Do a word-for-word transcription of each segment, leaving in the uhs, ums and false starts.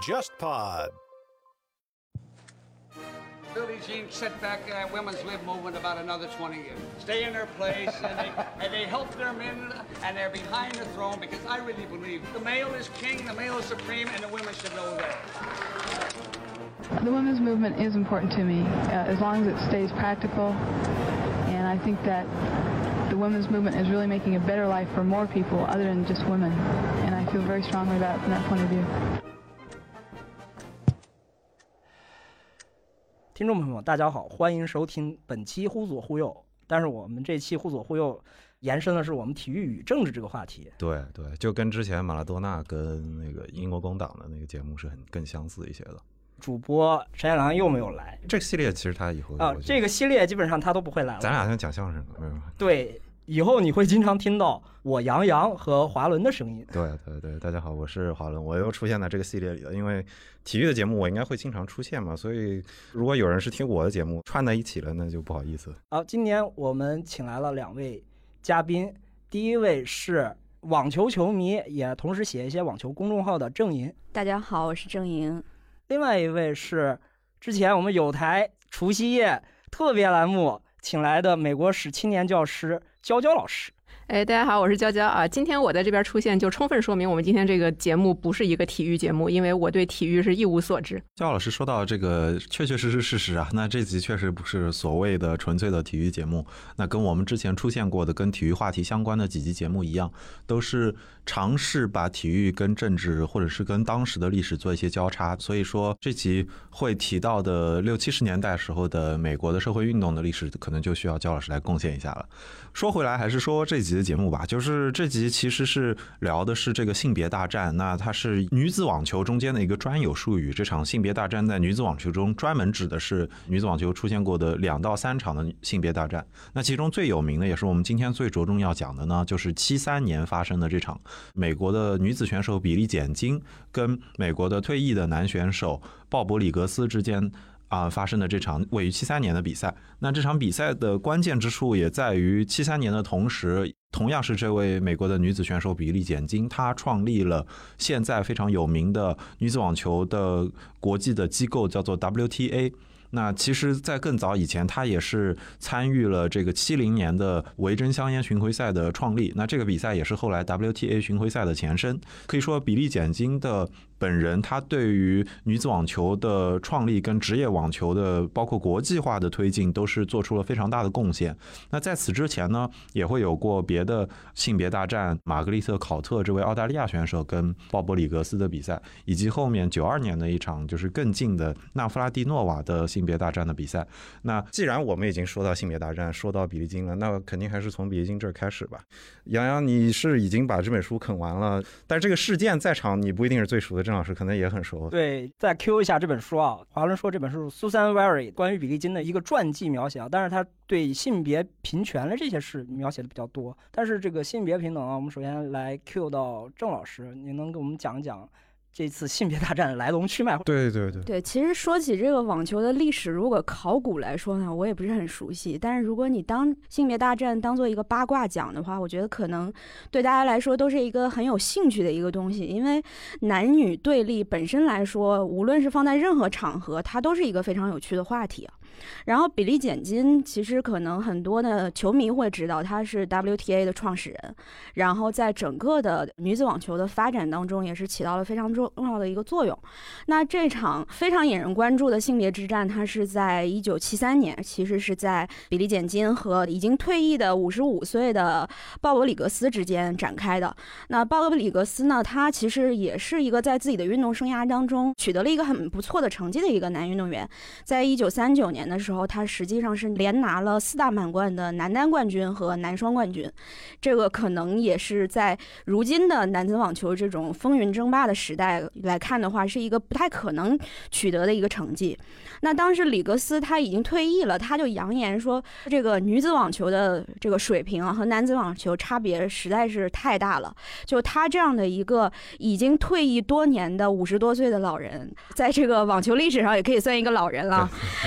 JustPod. Billie Jean set back uh, women's lib movement about another twenty years. Stay in their place, and they, and they help their men, and they're behind the throne, because I really believe the male is king, the male is supreme, and the women should know that. The women's movement is important to me, uh, as long as it stays practical, and I think that the women's movement is really making a better life for more people other than just women, and I feel very strongly about it from that point of view. 听众朋友们，大家好，欢迎收听本期忽左忽右。但是我们这期忽左忽右延伸的是我们体育与政治这个话题。 对对，就跟之前马拉多纳跟那个英国工党的那个节目是很更相似一些的。 主播陈彦良又没有来， 这个系列其实他以后啊，这个系列基本上他都不会来了。 咱俩像讲相声的，没有？ 对，以后你会经常听到我杨洋和华伦的声音。 对对对，大家好，我是华伦，我又出现在这个系列里了。因为体育的节目我应该会经常出现嘛，所以如果有人是听我的节目串在一起了，那就不好意思。 好，今年我们请来了两位嘉宾，第一位是网球球迷，也同时写一些网球公众号的郑莹。 大家好，我是郑莹。 另外一位是之前我们有台除夕夜特别栏目请来的美国史青年教师娇娇老师。 哎，大家好，我是娇娇啊。今天我在这边出现，就充分说明我们今天这个节目不是一个体育节目，因为我对体育是一无所知。 焦老师说到这个，确确实实事实啊。那这集确实不是所谓的纯粹的体育节目，那跟我们之前出现过的跟体育话题相关的几集节目一样，都是尝试把体育跟政治或者是跟当时的历史做一些交叉。所以说这集会提到的六七十年代时候的美国的社会运动的历史，可能就需要焦老师来贡献一下了。说回来，还是说这集的节目吧，就是这集其实是聊的是这个性别大战，那它是女子网球中间的一个专有术语。这场性别大战在女子网球中专门指的是女子网球出现过的两到三场的性别大战。那其中最有名的，也是我们今天最着重要讲的呢，就是七三年发生的这场美国的女子选手比利简金跟美国的退役的男选手鲍勃里格斯之间啊、呃，发生的这场位于七三年的比赛。那这场比赛的关键之处也在于七三年的同时，同样是这位美国的女子选手比利简金，她创立了现在非常有名的女子网球的国际的机构，叫做 W T A。那其实在更早以前，他也是参与了这个七零年的维珍香烟巡回赛的创立。那这个比赛也是后来 W T A 巡回赛的前身。可以说比利简金的本人，他对于女子网球的创立跟职业网球的包括国际化的推进都是做出了非常大的贡献。那在此之前呢，也会有过别的性别大战，玛格丽特考特这位澳大利亚选手跟鲍勃里格斯的比赛，以及后面九二年的一场就是更近的纳夫拉蒂诺瓦的性别大战的比赛。那既然我们已经说到性别大战，说到比利金了，那肯定还是从比利金这儿开始吧。杨洋，你是已经把这本书啃完了，但是这个事件在场你不一定是最熟的，郑老师可能也很熟。 对，再 Q 一下这本书啊，华伦说这本书是 Susan Wary 关于比利金的一个传记描写啊，但是他对性别平权的这些事描写的比较多。但是这个性别平等啊，我们首先来 Q 到郑老师，你能给我们讲一讲这次性别大战的来龙去脉？ 对对对对，其实说起这个网球的历史，如果考古来说呢，我也不是很熟悉。但是如果你当性别大战当做一个八卦讲的话，我觉得可能对大家来说都是一个很有兴趣的一个东西，因为男女对立本身来说，无论是放在任何场合，它都是一个非常有趣的话题啊。然后比利简金其实可能很多的球迷会知道他是 W T A 的创始人，然后在整个的女子网球的发展当中也是起到了非常重要的一个作用。那这场非常引人关注的性别之战，它是在一九七三年，其实是在比利简金和已经退役的五十五岁的鲍勃里格斯之间展开的。那鲍勃里格斯呢，他其实也是一个在自己的运动生涯当中取得了一个很不错的成绩的一个男运动员。在一九三九年的时候，他实际上是连拿了四大满贯的男单冠军和男双冠军，这个可能也是在如今的男子网球这种风云争霸的时代来看的话，是一个不太可能取得的一个成绩。那当时里格斯他已经退役了，他就扬言说，这个女子网球的这个水平啊和男子网球差别实在是太大了。就他这样的一个已经退役多年的五十多岁的老人，在这个网球历史上也可以算一个老人了。那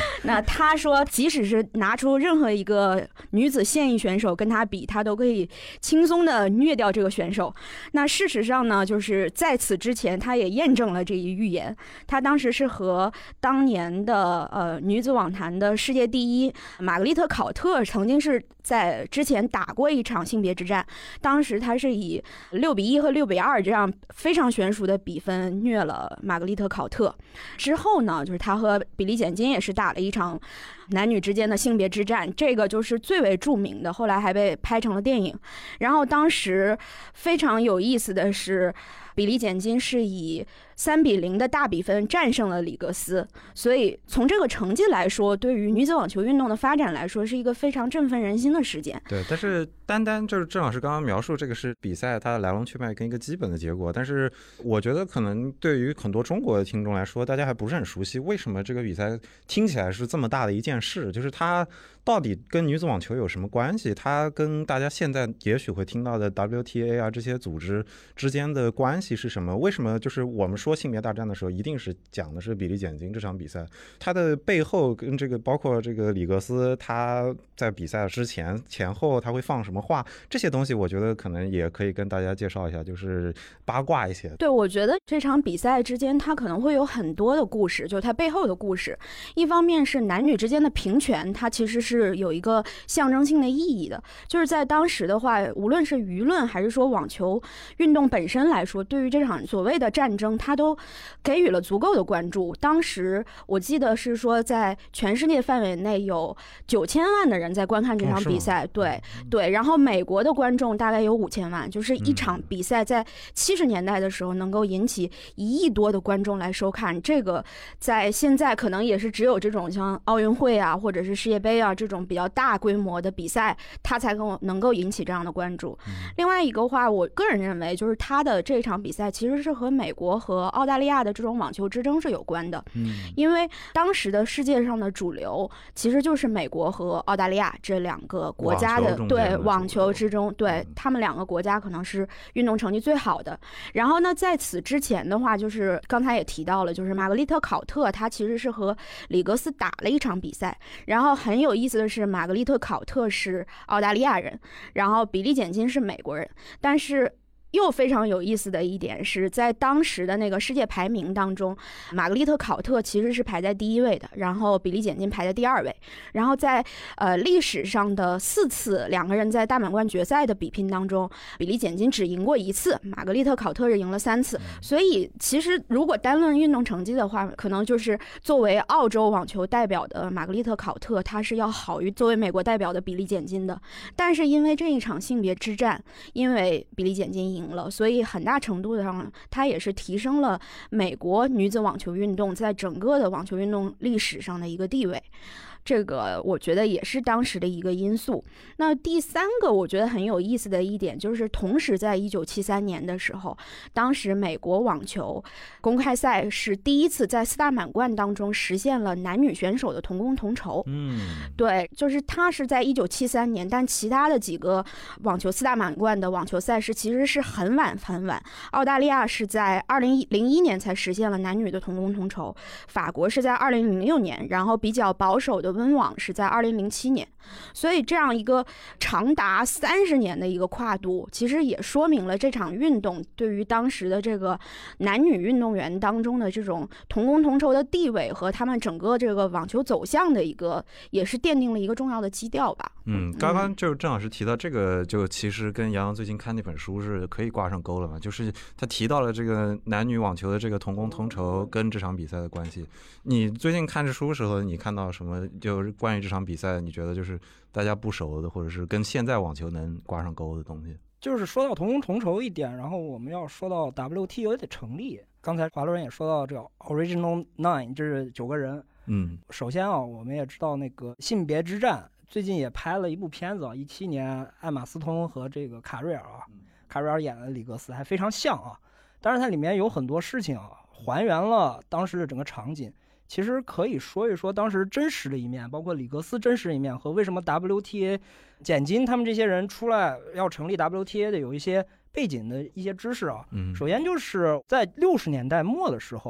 他说即使是拿出任何一个女子现役选手跟他比，他都可以轻松的虐掉这个选手。那事实上呢，就是在此之前他也验证了这一预言。他当时是和当年的呃女子网坛的世界第一玛格丽特考特曾经是在之前打过一场性别之战，当时他是以六比一和六比二这样非常悬殊的比分虐了玛格丽特考特。之后呢，就是他和比利简金也是打了一场男女之间的性别之战，这个就是最为著名的，后来还被拍成了电影。然后当时非常有意思的是，比利简金是以三比零的大比分战胜了里格斯，所以从这个成绩来说，对于女子网球运动的发展来说，是一个非常振奋人心的事件。 对，但是单单就是郑老师刚刚描述这个是比赛它的来龙去脉跟一个基本的结果，但是我觉得可能对于很多中国的听众来说，大家还不是很熟悉为什么这个比赛听起来是这么大的一件事，就是它到底跟女子网球有什么关系？它跟大家现在也许会听到的 W T A 啊这些组织之间的关系是什么？为什么就是我们说性别大战的时候，一定是讲的是比利简金这场比赛？它的背后跟这个包括这个里格斯他在比赛之前前后他会放什么话，这些东西我觉得可能也可以跟大家介绍一下，就是八卦一些。 对，我觉得这场比赛之间它可能会有很多的故事，就是它背后的故事。一方面是男女之间的平权，它其实是有一个象征性的意义的，就是在当时的话，无论是舆论还是说网球运动本身来说，对于这场所谓的战争，它都给予了足够的关注。当时我记得是说，在全世界范围内有九千万的人在观看这场比赛，哦、对对。然后美国的观众大概有五千万，就是一场比赛在七十年代的时候能够引起一亿多的观众来收看，这个在现在可能也是只有这种像奥运会啊，或者是世界杯啊这种比较大规模的比赛，它才能够引起这样的关注。另外一个话，我个人认为就是他的这场比赛其实是和美国和澳大利亚的这种网球之争是有关的，因为当时的世界上的主流其实就是美国和澳大利亚这两个国家的，对网球之中，对他们两个国家可能是运动成绩最好的。然后呢，在此之前的话，就是刚才也提到了，就是玛格丽特考特她其实是和里格斯打了一场比赛，然后很有意思的是，玛格丽特考特是澳大利亚人，然后比利简金是美国人，但是又非常有意思的一点是，在当时的那个世界排名当中，玛格丽特考特其实是排在第一位的，然后比利简金排在第二位。然后在呃历史上的四次两个人在大满贯决赛的比拼当中，比利简金只赢过一次，玛格丽特考特是赢了三次。所以其实如果单论运动成绩的话，可能就是作为澳洲网球代表的玛格丽特考特，她是要好于作为美国代表的比利简金的。但是因为这一场性别之战，因为比利简金赢赢了，所以很大程度上它也是提升了美国女子网球运动在整个的网球运动历史上的一个地位，这个我觉得也是当时的一个因素。那第三个我觉得很有意思的一点就是，同时在一九七三年的时候，当时美国网球公开赛是第一次在四大满贯当中实现了男女选手的同工同酬。嗯，对，就是它是在一九七三年，但其他的几个网球四大满贯的网球赛事其实是很晚很晚。澳大利亚是在二零零一年才实现了男女的同工同酬，法国是在二零零六年，然后比较保守的温网是在二零零七年。所以这样一个长达三十年的一个跨度，其实也说明了这场运动对于当时的这个男女运动员当中的这种同工同酬的地位和他们整个这个网球走向的一个，也是奠定了一个重要的基调吧。 嗯，刚刚就郑老师提到这个，就其实跟杨洋最近看那本书是可以挂上钩了嘛，就是他提到了这个男女网球的这个同工同酬跟这场比赛的关系。你最近看这书的时候，你看到什么就是关于这场比赛你觉得就是大家不熟的，或者是跟现在网球能挂上钩的东西？ 就是说到同工同酬一点，然后我们要说到 W T A 的成立。刚才华罗人也说到这个 Original Nine， 这是九个人。嗯，首先啊，我们也知道那个性别之战，最近也拍了一部片子啊，一七年艾玛斯通和这个卡瑞尔啊，卡瑞尔演的里格斯还非常像啊，但是它里面有很多事情啊，还原了当时的整个场景。其实可以说一说当时真实的一面，包括里格斯真实的一面和为什么 W T A 简金他们这些人出来要成立 W T A 的有一些背景的一些知识啊。嗯，首先就是在六十年代末的时候，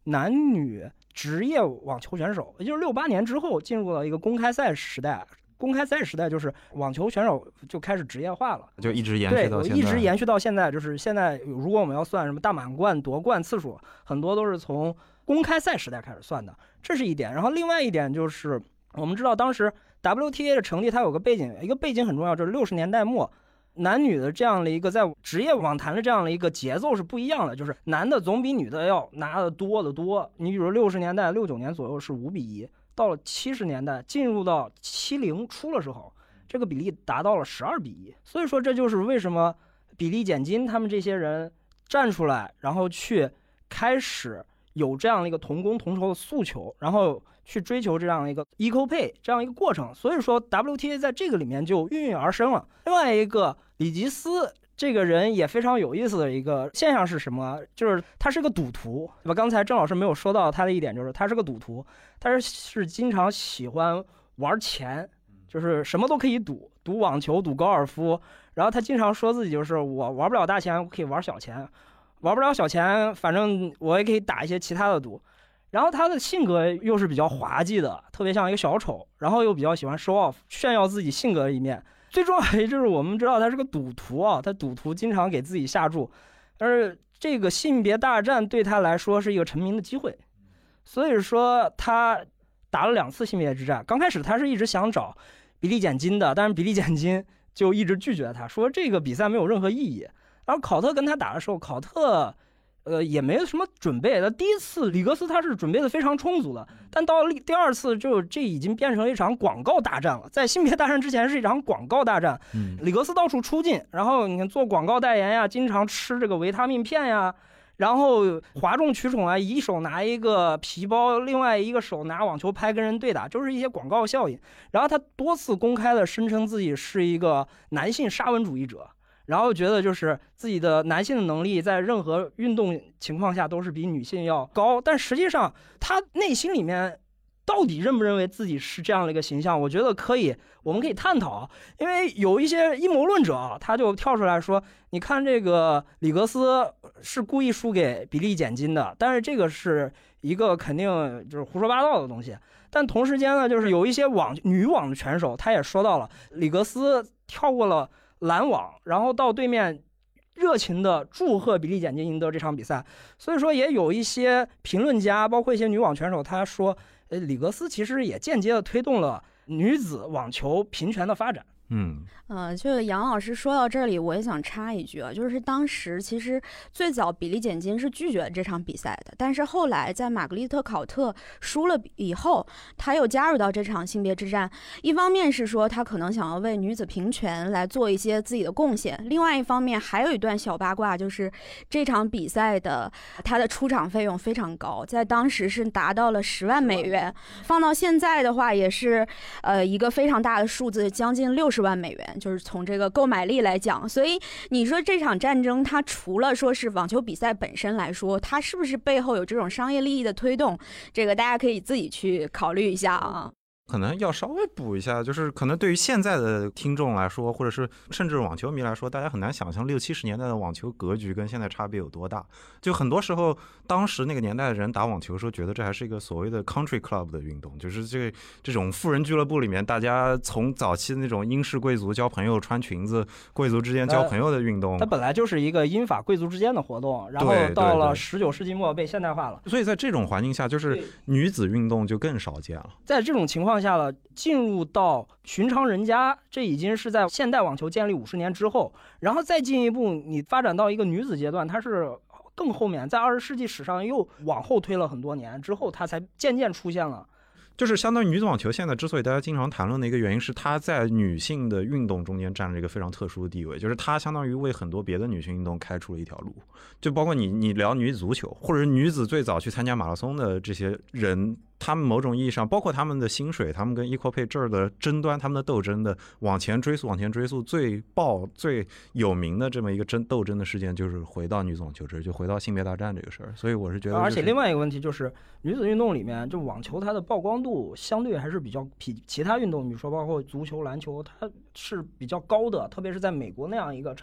男女职业网球选手，也就是六八年之后进入了一个公开赛时代。公开赛时代就是网球选手就开始职业化了， 就一直延续到现在。 对，一直延续到现在，就是现在如果我们要算什么大满贯夺冠次数，很多都是从公开赛时代开始算的，这是一点。然后另外一点就是我们知道当时 W T A 的成立它有个背景，一个背景很重要，就是六十年代末男女的这样的一个在职业网坛的这样的一个节奏是不一样的，就是男的总比女的要拿的多得多。你比如六十年代六九年左右是五比一，到了七十年代进入到七零初的时候，这个比例达到了十二比一。所以说这就是为什么比利简金他们这些人站出来，然后去开始有这样的一个同工同酬的诉求，然后去追求这样的一个 equal pay 这样一个过程。所以说 W T A 在这个里面就孕育而生了。另外一个里吉斯这个人也非常有意思的一个现象是什么？就是他是个赌徒，对吧？刚才郑老师没有说到他的一点，就是他是个赌徒，他是是经常喜欢玩钱，就是什么都可以赌，赌网球，赌高尔夫。然后他经常说自己就是我玩不了大钱，我可以玩小钱，玩不了小钱，反正我也可以打一些其他的赌。然后他的性格又是比较滑稽的，特别像一个小丑，然后又比较喜欢 show off， 炫耀自己性格的一面。最重要的就是我们知道他是个赌徒啊，他赌徒经常给自己下注，但是这个性别大战对他来说是一个成名的机会，所以说他打了两次性别之战。刚开始他是一直想找比利简金的，但是比利简金就一直拒绝他，说这个比赛没有任何意义。然后考特跟他打的时候，考特呃，也没有什么准备。那第一次里格斯他是准备的非常充足的，但到了第二次就这已经变成了一场广告大战了。在性别大战之前是一场广告大战，嗯，里格斯到处出镜，然后你看做广告代言呀，经常吃这个维他命片呀，然后哗众取宠啊，一手拿一个皮包，另外一个手拿网球拍跟人对打，就是一些广告效应。然后他多次公开的声称自己是一个男性沙文主义者。然后觉得就是自己的男性的能力在任何运动情况下都是比女性要高，但实际上他内心里面到底认不认为自己是这样的一个形象，我觉得可以，我们可以探讨。因为有一些阴谋论者他就跳出来说，你看这个里格斯是故意输给比利简金的，但是这个是一个肯定就是胡说八道的东西。但同时间呢，就是有一些网女网的拳手他也说到了，里格斯跳过了拦网，然后到对面热情的祝贺比利简金赢得这场比赛。所以说也有一些评论家包括一些女网拳手他说，呃，里格斯其实也间接的推动了女子网球平权的发展。 嗯， 呃，就杨老师说到这里，我也想插一句啊，就是当时其实最早比利简金是拒绝了这场比赛的，但是后来在玛格丽特考特输了以后，他又加入到这场性别之战。一方面是说他可能想要为女子平权来做一些自己的贡献，另外一方面还有一段小八卦，就是这场比赛的他的出场费用非常高，在当时是达到了十万美元，放到现在的话也是呃一个非常大的数字，将近六十。十万美元，就是从这个购买力来讲。所以你说这场战争它除了说是网球比赛本身来说，它是不是背后有这种商业利益的推动，这个大家可以自己去考虑一下啊。 可能要稍微补一下，就是可能对于现在的听众来说，或者是甚至网球迷来说，大家很难想象六七十年代的网球格局跟现在差别有多大。就很多时候当时那个年代的人打网球的时候，觉得这还是一个所谓的 country club 的运动，就是这个这种富人俱乐部里面，大家从早期的那种英式贵族交朋友穿裙子，贵族之间交朋友的运动， 它本来就是一个英法贵族之间的活动，然后到了十九世纪末被现代化了。 所以在这种环境下，就是女子运动就更少见了。 在这种情况下了，进入到寻常人家，这已经是在现代网球建立五十年之后，然后再进一步你发展到一个女子阶段，它是更后面，在二十世纪史上又往后推了很多年之后，它才渐渐出现了。 就是相当于女子网球现在之所以大家经常谈论的一个原因是，它在女性的运动中间占了一个非常特殊的地位，就是它相当于为很多别的女性运动开出了一条路。就包括你你聊女子足球，或者是女子最早去参加马拉松的这些人，他们某种意义上，包括他们的薪水，他们跟 equal pay 这儿的争端，他们的斗争的往前追溯，往前追溯，最爆最有名的这么一个争斗争的事件，就是回到女子网球这儿，就回到性别大战这个事儿。所以我是觉得、就是， 而且另外一个问题就是，女子运动里面，就网球它的曝光度相对还是比较比其他运动，比如说包括足球、篮球，它是比较高的，特别是在美国那样一个场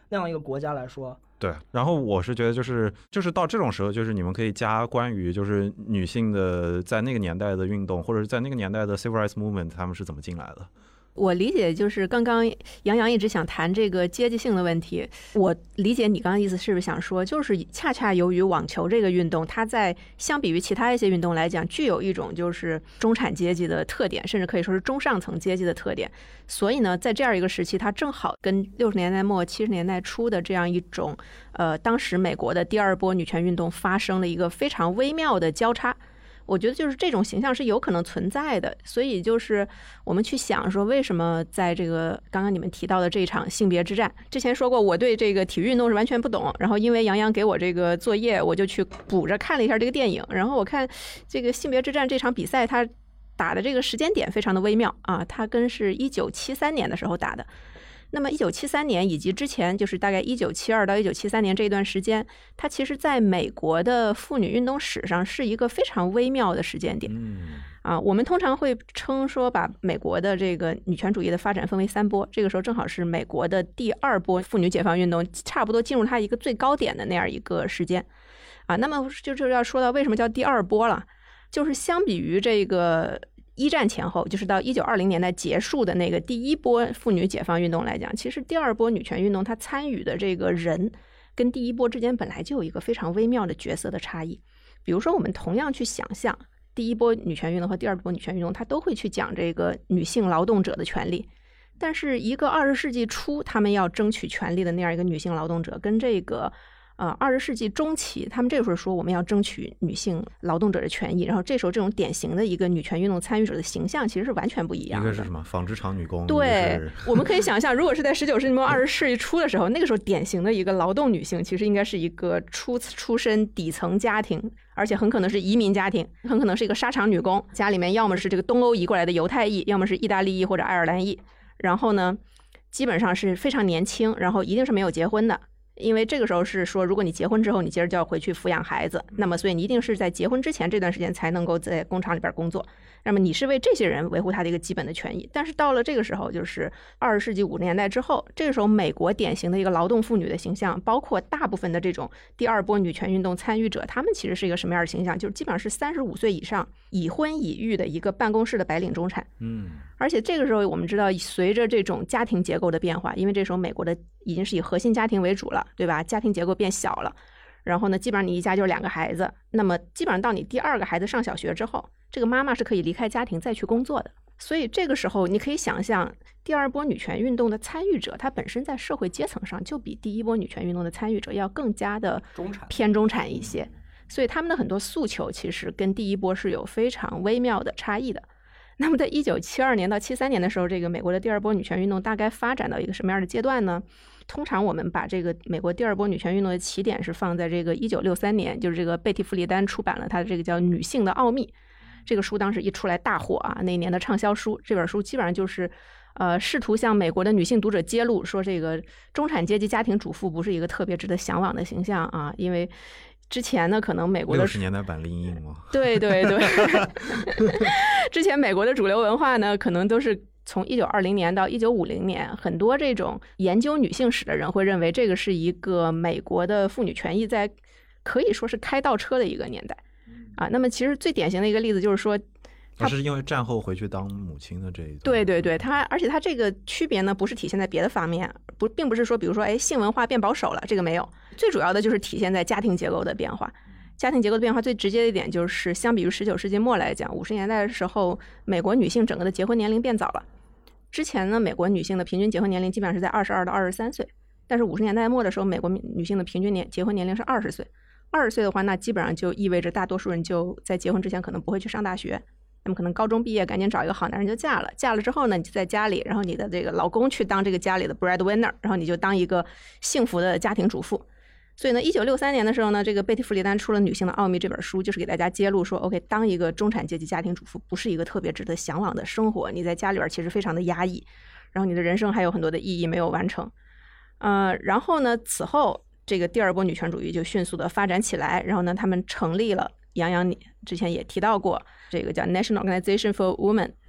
那样一个国家来说。 对，然后我是觉得就是就是到这种时候，就是你们可以加关于就是女性的在那个年代的运动，或者是在那个年代的 civil rights movement 他们是怎么进来的。 我理解就是刚刚杨洋一直想谈这个阶级性的问题，我理解你刚刚意思是不是想说，就是恰恰由于网球这个运动，它在相比于其他一些运动来讲，具有一种就是中产阶级的特点，甚至可以说是中上层阶级的特点，所以呢，在这样一个时期，它正好跟六十年代末七十年代初的这样一种呃，当时美国的第二波女权运动发生了一个非常微妙的交叉。我觉得就是这种形象是有可能存在的，所以就是我们去想说，为什么在这个刚刚你们提到的这一场性别之战，之前说过我对这个体育运动是完全不懂，然后因为杨洋给我这个作业，我就去补着看了一下这个电影，然后我看这个性别之战这场比赛，它打的这个时间点非常的微妙啊，它跟是一九七三年的时候打的。那么一九七三年以及之前就是大概一九七二到一九七三年这一段时间，它其实在美国的妇女运动史上是一个非常微妙的时间点。啊，我们通常会称说把美国的这个女权主义的发展分为三波，这个时候正好是美国的第二波妇女解放运动差不多进入它一个最高点的那样一个时间。啊，那么就就要说到为什么叫第二波了，就是相比于这个一战前后，就是到一九二零年代结束的那个第一波妇女解放运动来讲，其实第二波女权运动它参与的这个人跟第一波之间本来就有一个非常微妙的角色的差异。比如说我们同样去想象第一波女权运动和第二波女权运动，它都会去讲这个女性劳动者的权利，但是一个二十世纪初他们要争取权利的那样一个女性劳动者，跟这个呃，二十世纪中期，他们这个时候说我们要争取女性劳动者的权益，然后这时候这种典型的一个女权运动参与者的形象其实是完全不一样的。 一个是什么？纺织厂女工。 对，我们可以想象，如果是在十九世纪末二十世纪初的时候，那个时候典型的一个劳动女性，其实应该是一个出出身底层家庭，而且很可能是移民家庭，很可能是一个纱厂女工，家里面要么是这个东欧移过来的犹太裔，要么是意大利裔或者爱尔兰裔，然后呢，基本上是非常年轻，然后一定是没有结婚的。因为这个时候是说，如果你结婚之后，你接着就要回去抚养孩子，那么所以你一定是在结婚之前这段时间才能够在工厂里边工作。那么你是为这些人维护他的一个基本的权益。但是到了这个时候，就是二十世纪五十年代之后，这个时候美国典型的一个劳动妇女的形象，包括大部分的这种第二波女权运动参与者，他们其实是一个什么样的形象？就是基本上是三十五岁以上、已婚已育的一个办公室的白领中产。 嗯， 而且这个时候我们知道，随着这种家庭结构的变化，因为这时候美国的已经是以核心家庭为主了，对吧？家庭结构变小了，然后呢，基本上你一家就是两个孩子，那么基本上到你第二个孩子上小学之后，这个妈妈是可以离开家庭再去工作的。所以这个时候你可以想象，第二波女权运动的参与者，她本身在社会阶层上就比第一波女权运动的参与者要更加的偏中产一些，所以他们的很多诉求其实跟第一波是有非常微妙的差异的。那么在一九七二年到七三年的时候，这个美国的第二波女权运动大概发展到一个什么样的阶段呢？通常我们把这个美国第二波女权运动的起点是放在这个一九六三年，就是这个贝蒂·弗里丹出版了他的这个叫《女性的奥秘》这个书，当时一出来大火啊，那一年的畅销书。这本书基本上就是呃试图向美国的女性读者揭露说，这个中产阶级家庭主妇不是一个特别值得向往的形象啊，因为之前呢，可能美国的六十年代版林荫吗？ 对对对，之前美国的主流文化呢，可能都是从一九二零年到一九五零年，很多这种研究女性史的人会认为，这个是一个美国的妇女权益在可以说是开倒车的一个年代啊。那么其实最典型的一个例子就是说， 他是因为战后回去当母亲的这一段。 对对对，他而且他这个区别呢，不是体现在别的方面，不，并不是说比如说，哎，性文化变保守了，这个没有。最主要的就是体现在家庭结构的变化。家庭结构的变化最直接的一点就是，相比于十九世纪末来讲，五十年代的时候，美国女性整个的结婚年龄变早了。之前呢，美国女性的平均结婚年龄基本上是在二十二到二十三岁，但是五十年代末的时候，美国女性的平均年结婚年龄是二十岁。二十岁的话，那基本上就意味着大多数人就在结婚之前可能不会去上大学。那么可能高中毕业赶紧找一个好男人就嫁了，嫁了之后呢，你就在家里，然后你的这个老公去当这个家里的 breadwinner， 然后你就当一个幸福的家庭主妇。所以呢，一九六三年的时候呢，这个贝蒂·弗里丹出了《女性的奥秘》这本书，就是给大家揭露说 ，OK， 当一个中产阶级家庭主妇不是一个特别值得向往的生活，你在家里边其实非常的压抑，然后你的人生还有很多的意义没有完成。呃，然后呢，此后这个第二波女权主义就迅速的发展起来，然后呢，他们成立了，杨洋你之前也提到过，这个叫 National Organization for Women，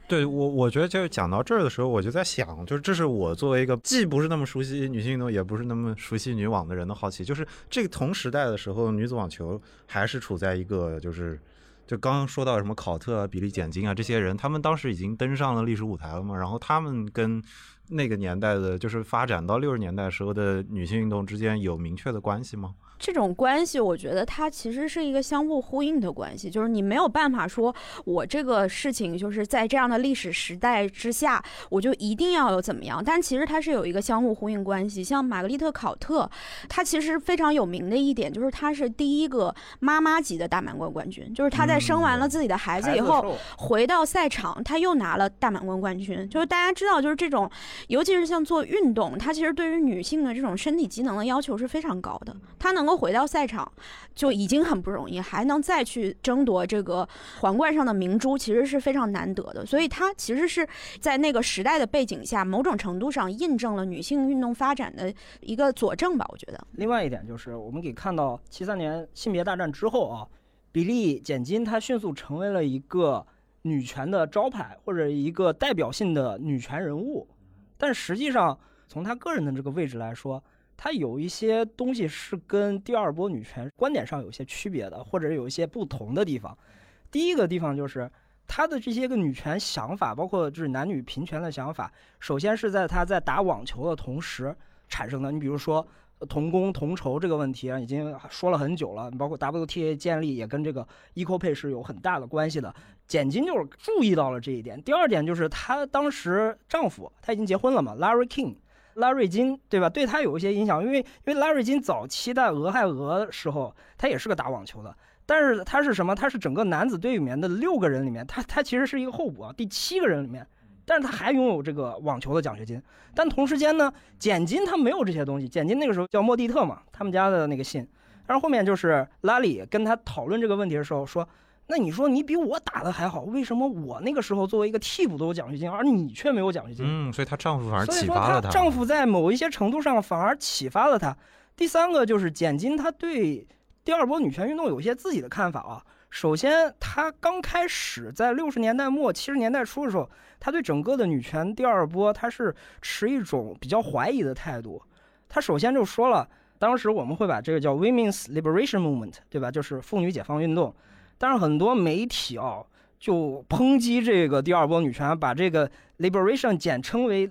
对我，我觉得就讲到这儿的时候，我就在想，就是这是我作为一个既不是那么熟悉女性运动，也不是那么熟悉女网的人的好奇，就是这个同时代的时候，女子网球还是处在一个就是就刚刚说到什么考特啊、比利简金啊这些人，他们当时已经登上了历史舞台了嘛，然后他们跟那个年代的，就是发展到六十年代时候的女性运动之间有明确的关系吗？ 这种关系我觉得它其实是一个相互呼应的关系，就是你没有办法说我这个事情就是在这样的历史时代之下我就一定要有怎么样，但其实它是有一个相互呼应关系。像玛格丽特考特，她其实非常有名的一点就是她是第一个妈妈级的大满贯冠军，就是她在生完了自己的孩子以后回到赛场她又拿了大满贯冠军。就是大家知道就是这种尤其是像做运动，它其实对于女性的这种身体机能的要求是非常高的，她能够回到赛场就已经很不容易，还能再去争夺这个皇冠上的明珠，其实是非常难得的。所以它其实是在那个时代的背景下，某种程度上印证了女性运动发展的一个佐证吧，我觉得。 另外一点就是，我们可以看到七三年性别大战之后啊，比利简金她迅速成为了一个女权的招牌，或者一个代表性的女权人物。但实际上，从她个人的这个位置来说，它有一些东西是跟第二波女权观点上有些区别的，或者有一些不同的地方。第一个地方就是她的这些个女权想法，包括就是男女平权的想法，首先是在她在打网球的同时产生的。你比如说同工同酬这个问题已经说了很久了，包括 W T A 建立也跟这个 equal pay 是有很大的关系的。简金就是注意到了这一点。第二点就是她当时丈夫她已经结婚了嘛 ，Larry King。拉瑞金对吧？对他有一些影响，因为因为拉瑞金早期在俄亥俄的时候，他也是个打网球的，但是他是什么？他是整个男子队里面的六个人里面，他他其实是一个候补啊，第七个人里面，但是他还拥有这个网球的奖学金。但同时间呢，简金他没有这些东西，简金那个时候叫莫蒂特嘛，他们家的那个姓。但是后面就是拉里跟他讨论这个问题的时候说，那你说你比我打的还好，为什么我那个时候作为一个替补都有奖学金，而你却没有奖学金？ 嗯，所以她丈夫反而启发了她。 丈夫在某一些程度上反而启发了她。第三个就是简金，她对第二波女权运动有一些自己的看法啊。首先，她刚开始在六十年代末七十年代初的时候，她对整个的女权第二波，她是持一种比较怀疑的态度。她首先就说了，当时我们会把这个叫 Women's Liberation Movement， 对吧？就是妇女解放运动。但是很多媒体啊，就抨击这个第二波女权，把这个 liberation 简称为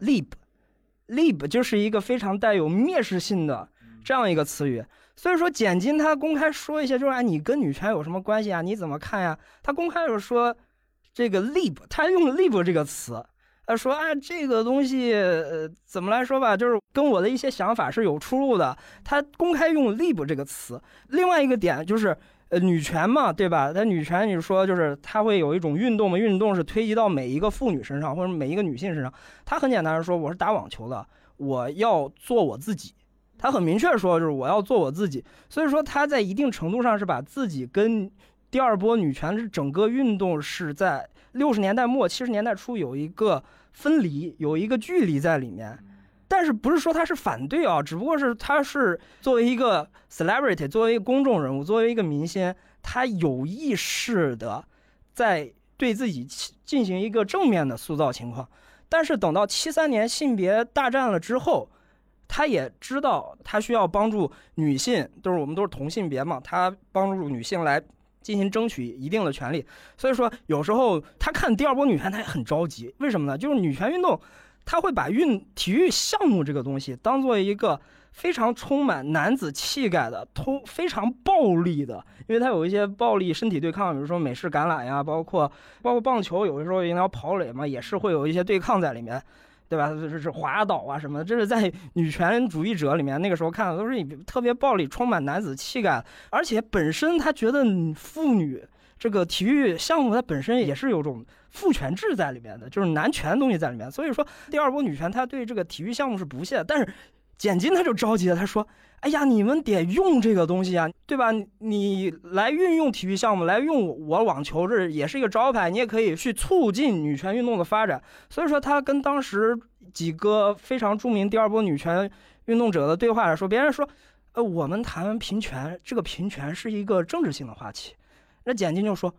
lib，lib 就是一个非常带有蔑视性的这样一个词语。所以说简金他公开说一些，就是哎，你跟女权有什么关系啊？你怎么看呀？他公开就说这个 lib， 他用 lib 这个词，他说哎，这个东西呃怎么来说吧，就是跟我的一些想法是有出入的。他公开用 lib 这个词。另外一个点就是。呃，女权嘛，对吧？但女权你说就是它会有一种运动嘛，运动是推及到每一个妇女身上或者每一个女性身上。她很简单的说，我是打网球的，我要做我自己。她很明确说，就是我要做我自己。所以说，她在一定程度上是把自己跟第二波女权是整个运动是在六十年代末七十年代初有一个分离，有一个距离在里面。但是不是说他是反对啊，只不过是他是作为一个 celebrity， 作为一个公众人物，作为一个明星，他有意识的在对自己进行一个正面的塑造情况。但是等到七三年性别大战了之后，他也知道他需要帮助女性，就是我们都是同性别嘛，他帮助女性来进行争取一定的权利。所以说有时候他看第二波女权他也很着急，为什么呢？就是女权运动他会把运体育项目这个东西当做一个非常充满男子气概的、通非常暴力的，因为它有一些暴力身体对抗，比如说美式橄榄呀，包括包括棒球，有的时候应该跑垒嘛，也是会有一些对抗在里面，对吧？这是滑倒啊什么的，这是在女权主义者里面那个时候看的都是特别暴力、充满男子气概，而且本身他觉得妇女这个体育项目它本身也是有种父权制在里面的，就是男权的东西在里面。所以说第二波女权她对这个体育项目是不屑的，但是简金他就着急了，他说哎呀，你们得用这个东西啊，对吧？你来运用体育项目，来用我网球，这也是一个招牌，你也可以去促进女权运动的发展。所以说他跟当时几个非常著名第二波女权运动者的对话来说，别人说呃，我们谈平权，这个平权是一个政治性的话题。那简金就说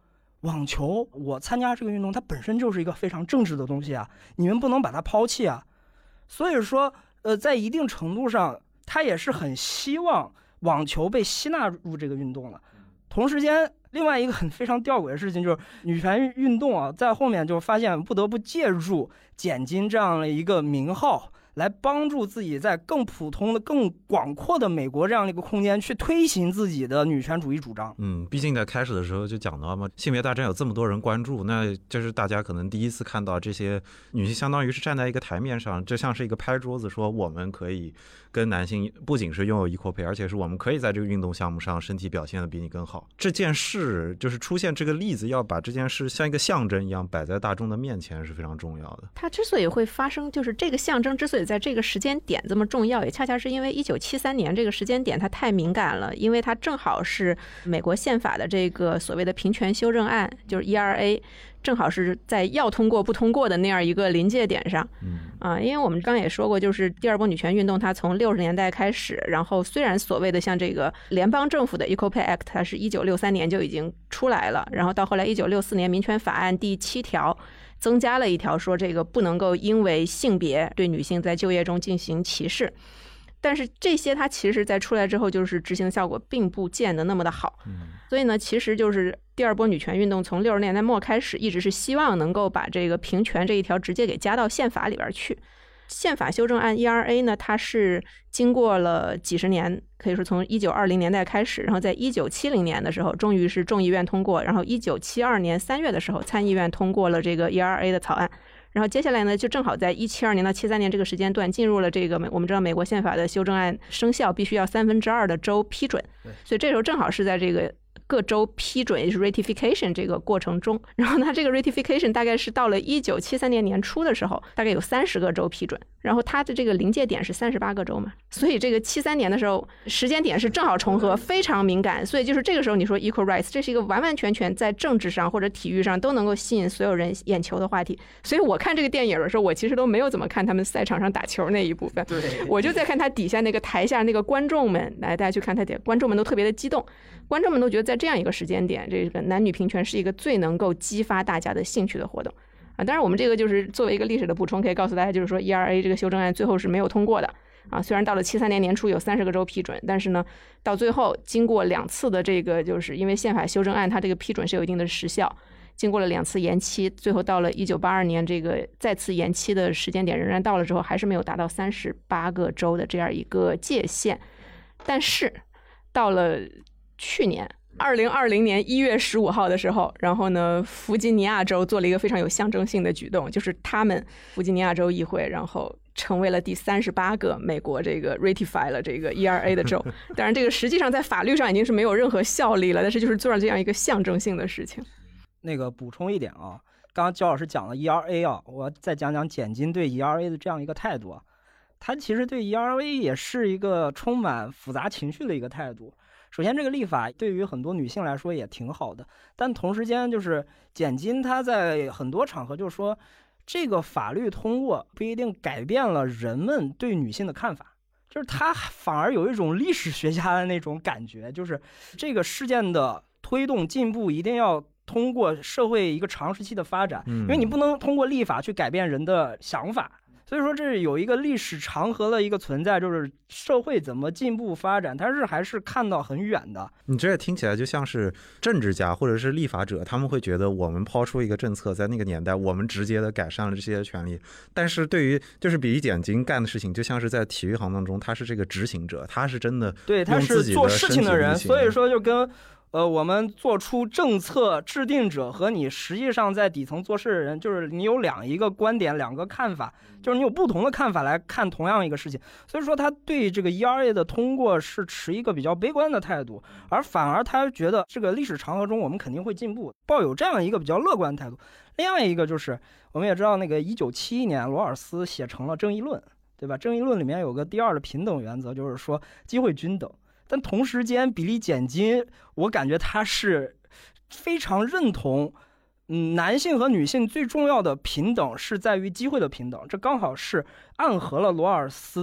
网球我参加这个运动它本身就是一个非常正直的东西啊，你们不能把它抛弃啊。所以说呃，在一定程度上他也是很希望网球被吸纳入这个运动了。同时间另外一个很非常吊诡的事情就是女权运动啊，在后面就发现不得不借助简金这样的一个名号来帮助自己在更普通的更广阔的美国这样的一个空间去推行自己的女权主义主张。 嗯，毕竟在开始的时候就讲到嘛，性别大战有这么多人关注，那就是大家可能第一次看到这些女性相当于是站在一个台面上，这像是一个拍桌子说我们可以跟男性不仅是拥有 equal pay， 而且是我们可以在这个运动项目上身体表现的比你更好。这件事就是出现这个例子，要把这件事像一个象征一样摆在大众的面前是非常重要的。 它之所以会发生，就是这个象征之所以在这个时间点这么重要，也恰恰是因为一九七三年这个时间点它太敏感了，因为它正好是美国宪法的这个所谓的平权修正案，就是 E R A， 正好是在要通过不通过的那样一个临界点上。 嗯啊，因为我们刚才也说过，就是第二波女权运动它从六十年代开始，然后虽然所谓的像这个联邦政府的 Equal Pay Act 它是一九六三年就已经出来了，然后到后来一九六四年民权法案第七条增加了一条说这个不能够因为性别对女性在就业中进行歧视，但是这些它其实在出来之后就是执行效果并不见得那么的好。所以呢其实就是第二波女权运动从六十年代末开始一直是希望能够把这个平权这一条直接给加到宪法里边去。宪法修正案 E R A 呢，它是经过了几十年，可以说从一九二零年代开始，然后在一九七零年的时候终于是众议院通过，然后一九七二年三月的时候参议院通过了这个 E R A 的草案，然后接下来呢就正好在一七二年到七三年这个时间段进入了这个我们知道美国宪法的修正案生效必须要三分之二的州批准，所以这时候正好是在这个各州批准也是 ratification 这个过程中，然后呢这个 ratification 大概是到了一九七三年年初的时候大概有三十个州批准，然后它的这个临界点是三十八个州嘛，所以这个七三年的时候时间点是正好重合，非常敏感，所以就是这个时候你说 equal rights 这是一个完完全全在政治上或者体育上都能够吸引所有人眼球的话题。所以我看这个电影的时候我其实都没有怎么看他们赛场上打球那一部分， 对， 我就在看他底下那个台下那个观众们，来大家去看他底下观众们都特别的激动，观众们都觉得在这样一个时间点这个男女平权是一个最能够激发大家的兴趣的活动啊。当然我们这个就是作为一个历史的补充可以告诉大家，就是说 E R A 这个修正案最后是没有通过的啊。虽然到了七三年年初有三十个州批准，但是呢到最后经过两次的这个就是因为宪法修正案它这个批准是有一定的时效，经过了两次延期，最后到了一九八二年这个再次延期的时间点仍然到了之后还是没有达到三十八个州的这样一个界限。但是到了去年二零二零年一月十五号的时候，然后呢弗吉尼亚州做了一个非常有象征性的举动，就是他们弗吉尼亚州议会然后成为了第三十八个美国这个 ratify 了这个 E R A 的州。当然这个实际上在法律上已经是没有任何效力了，但是就是做了这样一个象征性的事情。 那个补充一点啊，刚刚焦老师讲了 E R A 啊，我再讲讲简金对 E R A 的这样一个态度啊。他其实对 E R A 也是一个充满复杂情绪的一个态度。首先这个立法对于很多女性来说也挺好的，但同时间就是简金他在很多场合就说这个法律通过不一定改变了人们对女性的看法，就是他反而有一种历史学家的那种感觉，就是这个事件的推动进步一定要通过社会一个长时期的发展，因为你不能通过立法去改变人的想法。所以说这是有一个历史长河的一个存在，就是社会怎么进步发展，它是还是看到很远的。 你这听起来就像是政治家或者是立法者，他们会觉得我们抛出一个政策，在那个年代我们直接的改善了这些权利，但是对于就是比利简金干的事情，就像是在体育行当中他是这个执行者，他是真的对，他是做事情的人，所以说就跟呃，我们做出政策制定者和你实际上在底层做事的人，就是你有两一个观点，两个看法，就是你有不同的看法来看同样一个事情。所以说他对这个 E R A 的通过是持一个比较悲观的态度，而反而他觉得这个历史长河中我们肯定会进步，抱有这样一个比较乐观的态度。另外一个就是我们也知道那个一九七一年罗尔斯写成了《正义论》，对吧？《正义论》里面有个第二的平等原则，就是说机会均等。但同时间比利简金我感觉他是非常认同嗯，男性和女性最重要的平等是在于机会的平等，这刚好是暗合了罗尔斯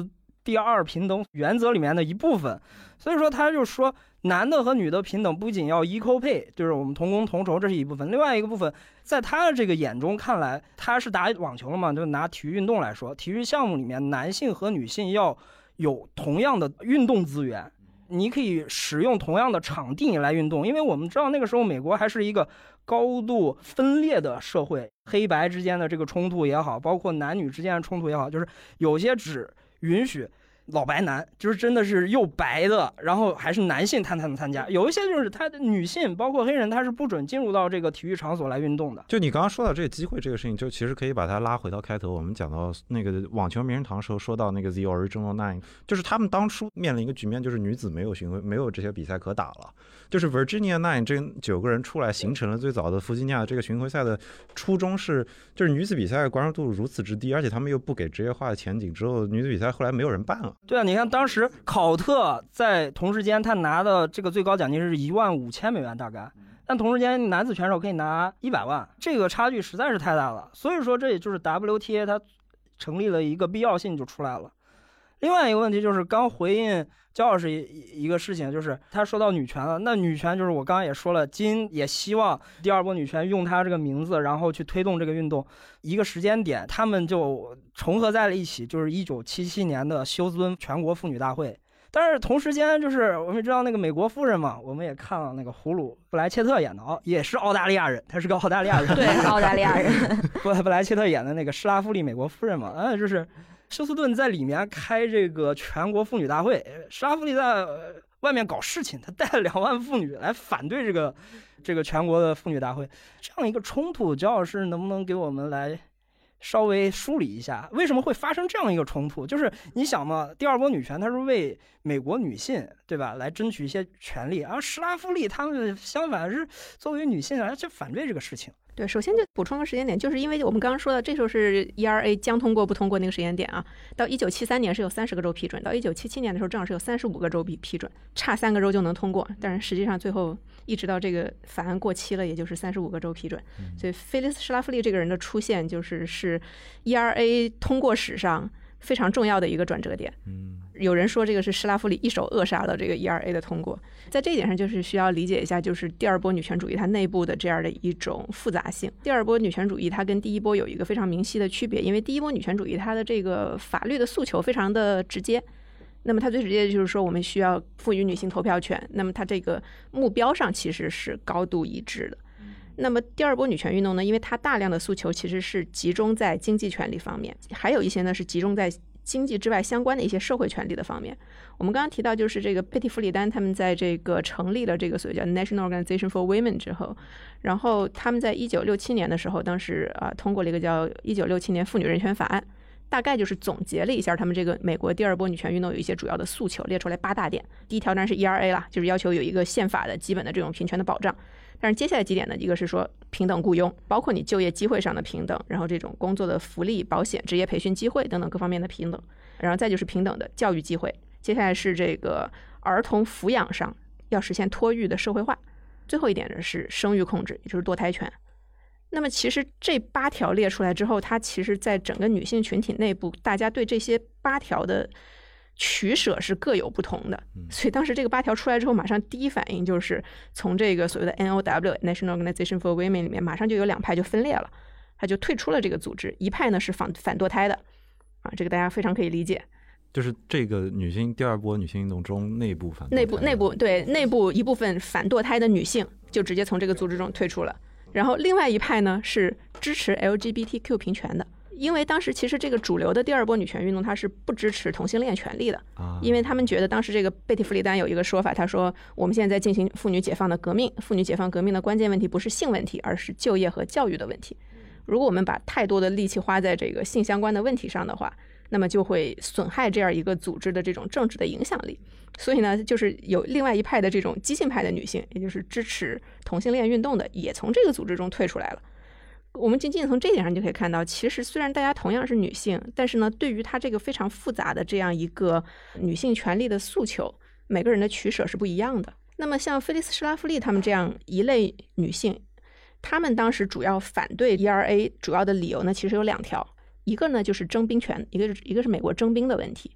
第二平等原则里面的一部分。所以说他就说男的和女的平等不仅要 equal pay， 就是我们同工同酬，这是一部分。另外一个部分在他的这个眼中看来，他是打网球了嘛，就拿体育运动来说，体育项目里面男性和女性要有同样的运动资源，你可以使用同样的场地来运动。因为我们知道那个时候美国还是一个高度分裂的社会，黑白之间的这个冲突也好，包括男女之间的冲突也好，就是有些只允许老白男，就是真的是又白的，然后还是男性他才能参加。有一些就是他的女性包括黑人他是不准进入到这个体育场所来运动的。 就你刚刚说到这个机会这个事情，就其实可以把它拉回到开头，我们讲到那个网球名人堂的时候说到那个 The Original Nine， 就是他们当初面临一个局面，就是女子没有巡回没有这些比赛可打了，就是 Virginia Nine 这九个人出来形成了最早的弗吉尼亚这个巡回赛的初衷是，就是女子比赛关注度如此之低，而且他们又不给职业化的前景，之后女子比赛后来没有人办了。 对啊，你看当时考特在同时间他拿的这个最高奖金是一万五千美元大概，但同时间男子选手可以拿一百万，这个差距实在是太大了。所以说这也就是 W T A 它成立了一个必要性就出来了。另外一个问题就是刚回应焦老师一个事情，就是他说到女权了，那女权就是我刚刚也说了，金也希望第二波女权用他这个名字然后去推动这个运动。一个时间点他们就重合在了一起，就是一九七七年的休斯敦全国妇女大会。但是同时间就是我们知道那个美国夫人嘛，我们也看了那个葫芦布莱切特演的，也是澳大利亚人，他是个澳大利亚人。 对，澳大利亚人。 布布莱切特演的那个施拉夫利美国夫人嘛，嗯，就是休斯顿在里面开这个全国妇女大会，施拉夫利在外面搞事情，他带了两万妇女来反对这个这个全国的妇女大会。这样一个冲突，焦老师能不能给我们来稍微梳理一下，为什么会发生这样一个冲突？就是你想嘛，第二波女权它是为美国女性，对吧，来争取一些权利，而施拉夫利他们相反是作为女性来去反对这个事情。 对，首先就补充个时间点，就是因为我们刚刚说的，这时候是 E R A 将通过不通过那个时间点啊。到一九七三年是有三十个州批准，到一九七七年的时候正好是有三十五个州批批准，差三个州就能通过。但是实际上最后一直到这个法案过期了，也就是三十五个州批准。所以菲利斯·施拉夫利这个人的出现，就是是 E R A 通过史上非常重要的一个转折点。嗯，有人说这个是施拉夫利一手扼杀了这个 E R A 的通过。在这一点上，就是需要理解一下，就是第二波女权主义它内部的这样的一种复杂性。第二波女权主义它跟第一波有一个非常明晰的区别，因为第一波女权主义它的这个法律的诉求非常的直接，那么它最直接的就是说我们需要赋予女性投票权，那么它这个目标上其实是高度一致的。那么第二波女权运动呢，因为它大量的诉求其实是集中在经济权利方面，还有一些呢是集中在经济之外相关的一些社会权利的方面。我们刚刚提到就是这个佩蒂弗里丹他们在这个成立了这个所谓叫 National Organization for Women 之后，然后他们在一九六七年的时候，当时啊通过了一个叫一九六七年妇女人权法案，大概就是总结了一下他们这个美国第二波女权运动有一些主要的诉求，列出来八大点。第一条当然是 E R A 啦，就是要求有一个宪法的基本的这种平权的保障。但是接下来几点呢，一个是说平等雇佣，包括你就业机会上的平等，然后这种工作的福利、保险、职业培训机会等等各方面的平等，然后再就是平等的教育机会。接下来是这个儿童抚养上要实现托育的社会化，最后一点呢是生育控制，也就是堕胎权。那么其实这八条列出来之后，它其实在整个女性群体内部，大家对这些八条的取舍是各有不同的。所以当时这个八条出来之后，马上第一反应就是从这个所谓的 N O W National Organization for Women 里面马上就有两派就分裂了，他就退出了这个组织。一派呢是反反堕胎的啊，这个大家非常可以理解， 就是这个女性第二波女性运动中内部反内部内部对内部一部分反堕胎的女性就直接从这个组织中退出了。然后另外一派呢是支持 L G B T Q 平权的，因为当时其实这个主流的第二波女权运动它是不支持同性恋权利的，因为他们觉得当时这个贝蒂弗里丹有一个说法，他说我们现在在进行妇女解放的革命，妇女解放革命的关键问题不是性问题，而是就业和教育的问题。如果我们把太多的力气花在这个性相关的问题上的话，那么就会损害这样一个组织的这种政治的影响力。所以呢，就是有另外一派的这种激进派的女性，也就是支持同性恋运动的，也从这个组织中退出来了。我们仅仅从这一点上就可以看到，其实虽然大家同样是女性，但是呢，对于她这个非常复杂的这样一个女性权利的诉求，每个人的取舍是不一样的。那么像菲利斯·施拉夫利他们这样一类女性，他们当时主要反对 E R A 主要的理由呢，其实有两条，一个呢就是征兵权，一个一个是美国征兵的问题。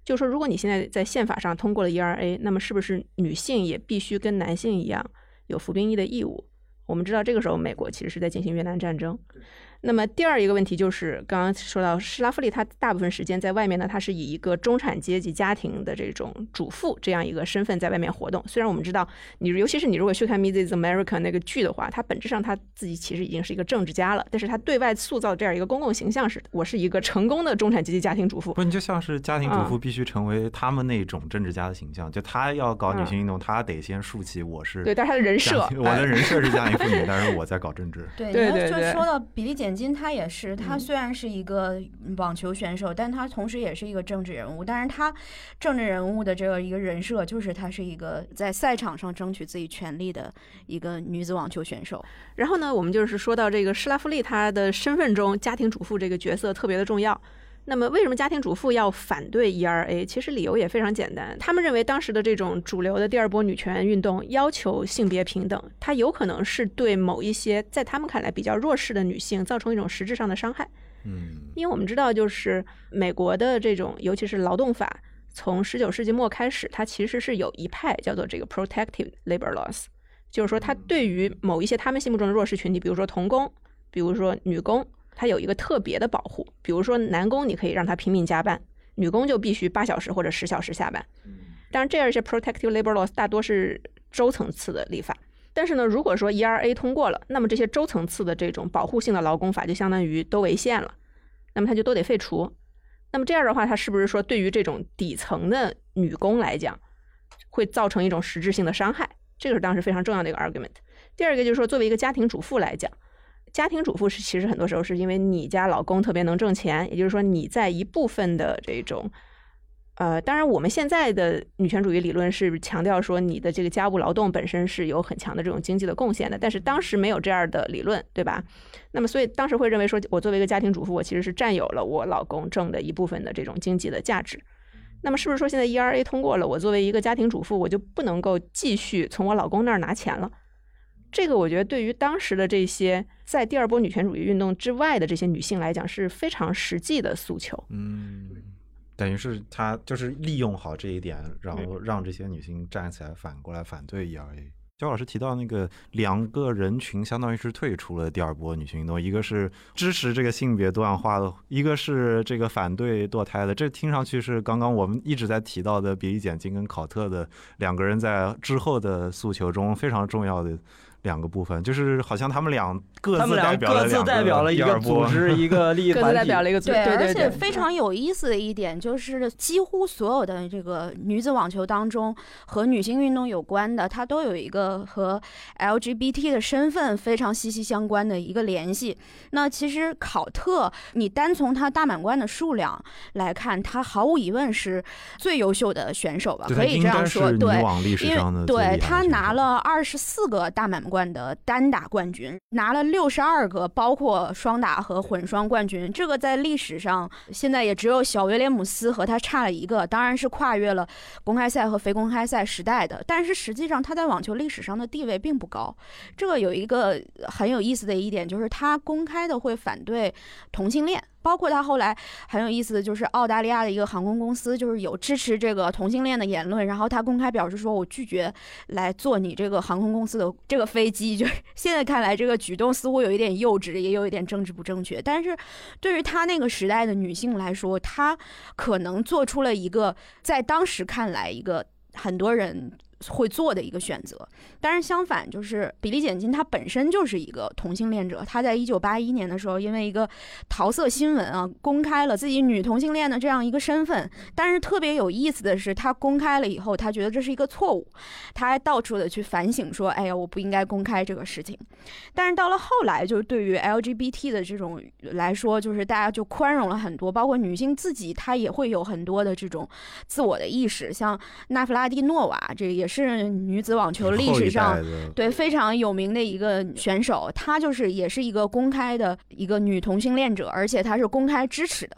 就是说如果你现在在宪法上通过了 E R A， 那么是不是女性也必须跟男性一样有服兵役的义务？我们知道这个时候美国其实是在进行越南战争。那么第二一个问题就是刚刚说到施拉夫利他大部分时间在外面呢，他是以一个中产阶级家庭的这种主妇这样一个身份在外面活动。虽然我们知道你尤其是你如果去看 Missus America 那个剧的话，他本质上他自己其实已经是一个政治家了，但是他对外塑造这样一个公共形象是我是一个成功的中产阶级家庭主妇。 不，你就像是家庭主妇必须成为他们那种政治家的形象，嗯、就他要搞女性运动、嗯、他得先竖起我是对，但是他的人设我的人设是家庭妇女但是我在搞政治。 对对对对， 就说到比利简金，他也是他虽然是一个网球选手，但他同时也是一个政治人物。但是他政治人物的这个一个人设，就是他是一个在赛场上争取自己权利的一个女子网球选手。 然后呢，我们就是说到这个施拉夫利，她的身份中家庭主妇这个角色特别的重要。那么为什么家庭主妇要反对 E R A？ 其实理由也非常简单，他们认为当时的这种主流的第二波女权运动要求性别平等，它有可能是对某一些在他们看来比较弱势的女性造成一种实质上的伤害。 嗯， 因为我们知道就是美国的这种尤其是劳动法从十九世纪末开始，它其实是有一派叫做这个 protective labor laws， 就是说它对于某一些他们心目中的弱势群体，比如说童工，比如说女工，它有一个特别的保护。比如说男工你可以让他拼命加班，女工就必须八小时或者十小时下班。当然这样一些 protective labor laws 大多是州层次的立法，但是呢，如果说 E R A 通过了，那么这些州层次的这种保护性的劳工法就相当于都违宪了，那么它就都得废除。那么这样的话，它是不是说对于这种底层的女工来讲会造成一种实质性的伤害？这个是当时非常重要的一个 argument。 第二个就是说，作为一个家庭主妇来讲，家庭主妇是其实很多时候是因为你家老公特别能挣钱，也就是说你在一部分的这种呃，当然我们现在的女权主义理论是强调说你的这个家务劳动本身是有很强的这种经济的贡献的，但是当时没有这样的理论，对吧？那么所以当时会认为说，我作为一个家庭主妇，我其实是占有了我老公挣的一部分的这种经济的价值。那么是不是说现在 E R A 通过了，我作为一个家庭主妇，我就不能够继续从我老公那儿拿钱了？这个我觉得对于当时的这些在第二波女权主义运动之外的这些女性来讲是非常实际的诉求。 嗯，等于是他就是利用好这一点，然后让这些女性站起来反过来反对 E R A。焦老师提到那个两个人群相当于是退出了第二波女性运动，一个是支持这个性别多样化的，一个是这个反对堕胎的。这听上去是刚刚我们一直在提到的比利简金跟考特的两个人在之后的诉求中非常重要的两个部分，就是好像他们俩各自代表了各自代表了一个组织一个利益团体， 各自代表了一个组织。 对，而且非常有意思的一点就是，几乎所有的这个女子网球当中和女性运动有关的，它都有一个和 L G B T 的身份非常息息相关的一个联系。那其实考特，你单从他大满贯的数量来看，他毫无疑问是最优秀的选手吧，可以这样说。对，因为对他拿了二十四个大满贯的单打冠军，拿了六十二个包括双打和混双冠军，这个在历史上现在也只有小威廉姆斯和他差了一个，当然是跨越了公开赛和非公开赛时代的，但是实际上他在网球历史上的地位并不高。这个有一个很有意思的一点，就是他公开的会反对同性恋，包括他后来很有意思的就是澳大利亚的一个航空公司就是有支持这个同性恋的言论，然后他公开表示说，我拒绝来坐你这个航空公司的这个飞机。就是现在看来这个举动似乎有一点幼稚，也有一点政治不正确，但是对于他那个时代的女性来说，她可能做出了一个在当时看来一个很多人会做的一个选择。但是相反，就是比利简金他本身就是一个同性恋者，他在一九八一年的时候因为一个桃色新闻啊，公开了自己女同性恋的这样一个身份。但是特别有意思的是，他公开了以后，他觉得这是一个错误，他还到处的去反省说，哎呀，我不应该公开这个事情。但是到了后来，就是对于 L G B T 的这种来说，就是大家就宽容了很多，包括女性自己她也会有很多的这种自我的意识。像纳弗拉蒂诺娃，这也是女子网球历史上对非常有名的一个选手，她就是也是一个公开的一个女同性恋者，而且她是公开支持的。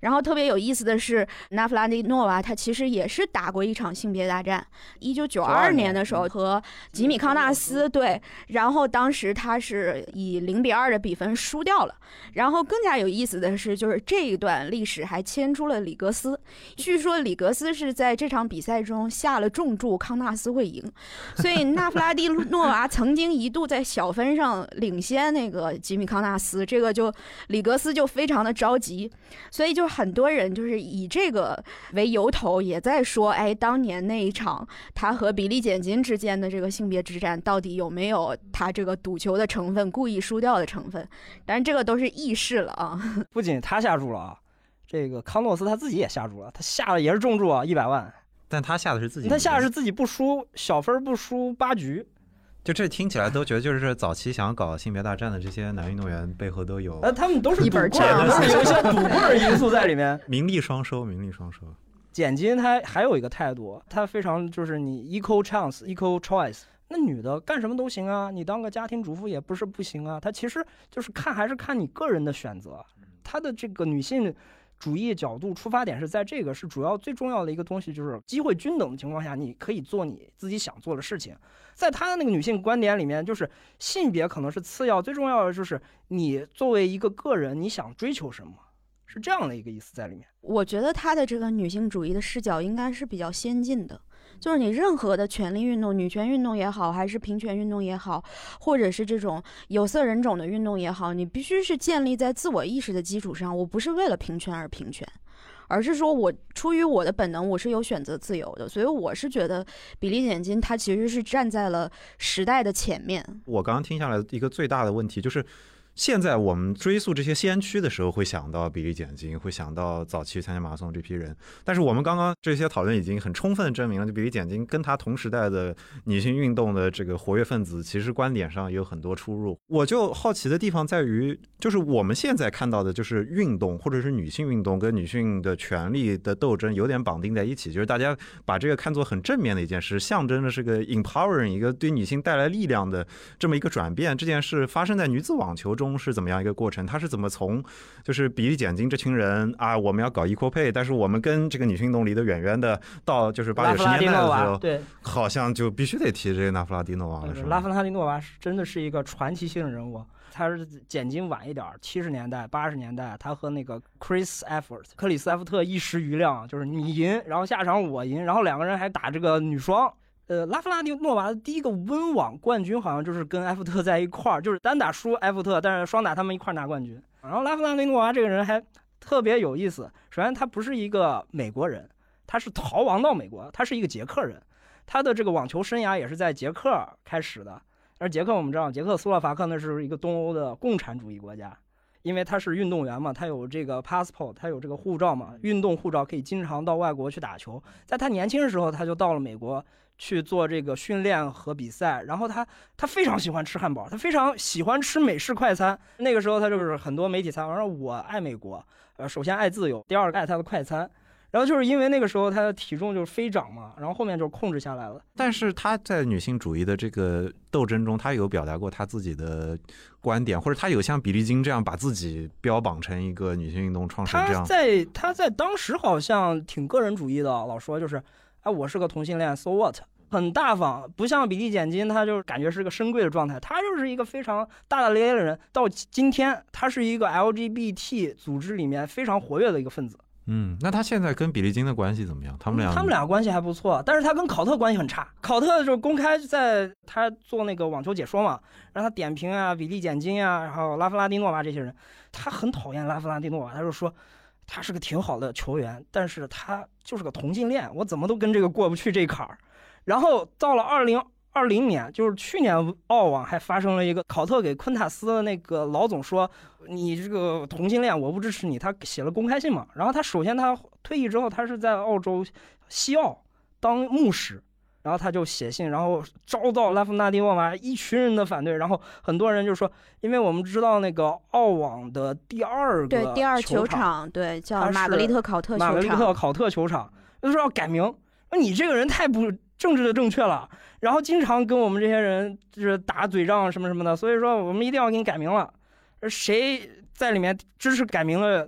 然后特别有意思的是，纳夫拉蒂诺娃她其实也是打过一场性别大战，一九九二年的时候和吉米康纳斯对，然后当时他是以零比二的比分输掉了。然后更加有意思的是，就是这一段历史还牵出了里格斯，据说里格斯是在这场比赛中下了重注康纳斯会赢，所以纳夫拉蒂诺娃曾经一度在小分上领先那个吉米康纳斯，这个就里格斯就非常的着急，所以就很多人就是以这个为由头，也在说，哎，当年那一场他和比利简金之间的这个性别之战，到底有没有他这个赌球的成分、故意输掉的成分？当然，这个都是轶事了啊。 不仅他下注了啊，这个康诺斯他自己也下注了，他下的也是重注啊，一百万。 但他下的是自己， 他下的是自己不输，小分不输八局。 就这听起来都觉得就是早期想搞性别大战的这些男运动员背后都有， 呃，他们都是赌棍，都是有一些赌棍因素在里面， 名利双收，名利双收。 简金他还有一个态度，他非常就是你 equal chance equal choice， 那女的干什么都行啊，你当个家庭主妇也不是不行啊，他其实就是看还是看你个人的选择，他的这个女性主义角度出发点是在这个是主要最重要的一个东西，就是机会均等的情况下，你可以做你自己想做的事情。在他的那个女性观点里面，就是性别可能是次要，最重要的就是你作为一个个人，你想追求什么，是这样的一个意思在里面。 我觉得他的这个女性主义的视角应该是比较先进的，就是你任何的权利运动，女权运动也好，还是平权运动也好，或者是这种有色人种的运动也好，你必须是建立在自我意识的基础上，我不是为了平权而平权，而是说我出于我的本能，我是有选择自由的。所以我是觉得比利简金他其实是站在了时代的前面。 我刚刚听下来一个最大的问题就是，现在我们追溯这些先驱的时候，会想到比利简金，会想到早期参加马拉松这批人。但是我们刚刚这些讨论已经很充分地证明了，就比利简金跟他同时代的女性运动的这个活跃分子，其实观点上也有很多出入。我就好奇的地方在于，就是我们现在看到的，就是运动或者是女性运动跟女性的权利的斗争有点绑定在一起，就是大家把这个看作很正面的一件事，象征的是个 empowering 一个对女性带来力量的这么一个转变。这件事发生在女子网球中是怎么样一个过程？它是怎么从就是比利简金这群人啊，我们要搞 equal pay， 但是我们跟这个女性运动离得远远的，到就是八九十年代的时候， 对， 好像就必须得提这个纳夫拉蒂诺娃了。 拉夫拉蒂诺娃是真的是一个传奇性的人物。他是简金晚一点，七十年代、八十年代，他和那个 Chris Effort 克里斯埃弗特一时瑜亮，就是你赢，然后下场我赢，然后两个人还打这个女双。呃，拉夫拉蒂诺娃的第一个温网冠军好像就是跟埃弗特在一块儿，就是单打输埃弗特，但是双打他们一块儿拿冠军。然后拉夫拉蒂诺娃这个人还特别有意思，首先他不是一个美国人，他是逃亡到美国，他是一个捷克人，他的这个网球生涯也是在捷克开始的。而捷克我们知道，捷克斯洛伐克那是一个东欧的共产主义国家，因为他是运动员嘛，他有这个 passport， 他有这个护照嘛，运动护照可以经常到外国去打球。在他年轻的时候，他就到了美国去做这个训练和比赛，然后他他非常喜欢吃汉堡，他非常喜欢吃美式快餐。那个时候他就是很多媒体采访说，我爱美国，呃，首先爱自由，第二个爱他的快餐。然后就是因为那个时候他的体重就是飞涨嘛，然后后面就控制下来了。 但是他在女性主义的这个斗争中，他有表达过他自己的观点，或者他有像比利金这样把自己标榜成一个女性运动创始人这样。 他在他在当时好像挺个人主义的，老说就是，哎，我是个同性恋 ，so what， 很大方，不像比利简金，他就感觉是个深贵的状态，他就是一个非常大大咧咧的人。到今天，他是一个 L G B T 组织里面非常活跃的一个分子。 嗯，那他现在跟比利金的关系怎么样？他们俩， 他们俩关系还不错，但是他跟考特关系很差。考特就公开在他做那个网球解说嘛，让他点评啊，比利简金啊，然后拉夫拉蒂诺娃这些人，他很讨厌拉夫拉蒂诺娃，他就说他是个挺好的球员，但是他就是个同性恋，我怎么都跟这个过不去这坎儿。然后到了二零二零年，就是去年澳网还发生了一个，考特给昆塔斯的那个老总说，你这个同性恋我不支持你，他写了公开信嘛。然后他首先他退役之后，他是在澳洲西澳当牧师，然后他就写信，然后遭到拉夫拉蒂诺娃一群人的反对，然后很多人就说，因为我们知道那个澳网的第二个对第二球场， 场对叫玛格丽特考特球场， 玛格丽特考特球场，就说要改名，你这个人太不政治的正确了，然后经常跟我们这些人就是打嘴仗什么什么的，所以说我们一定要给你改名了。谁在里面支持改名了，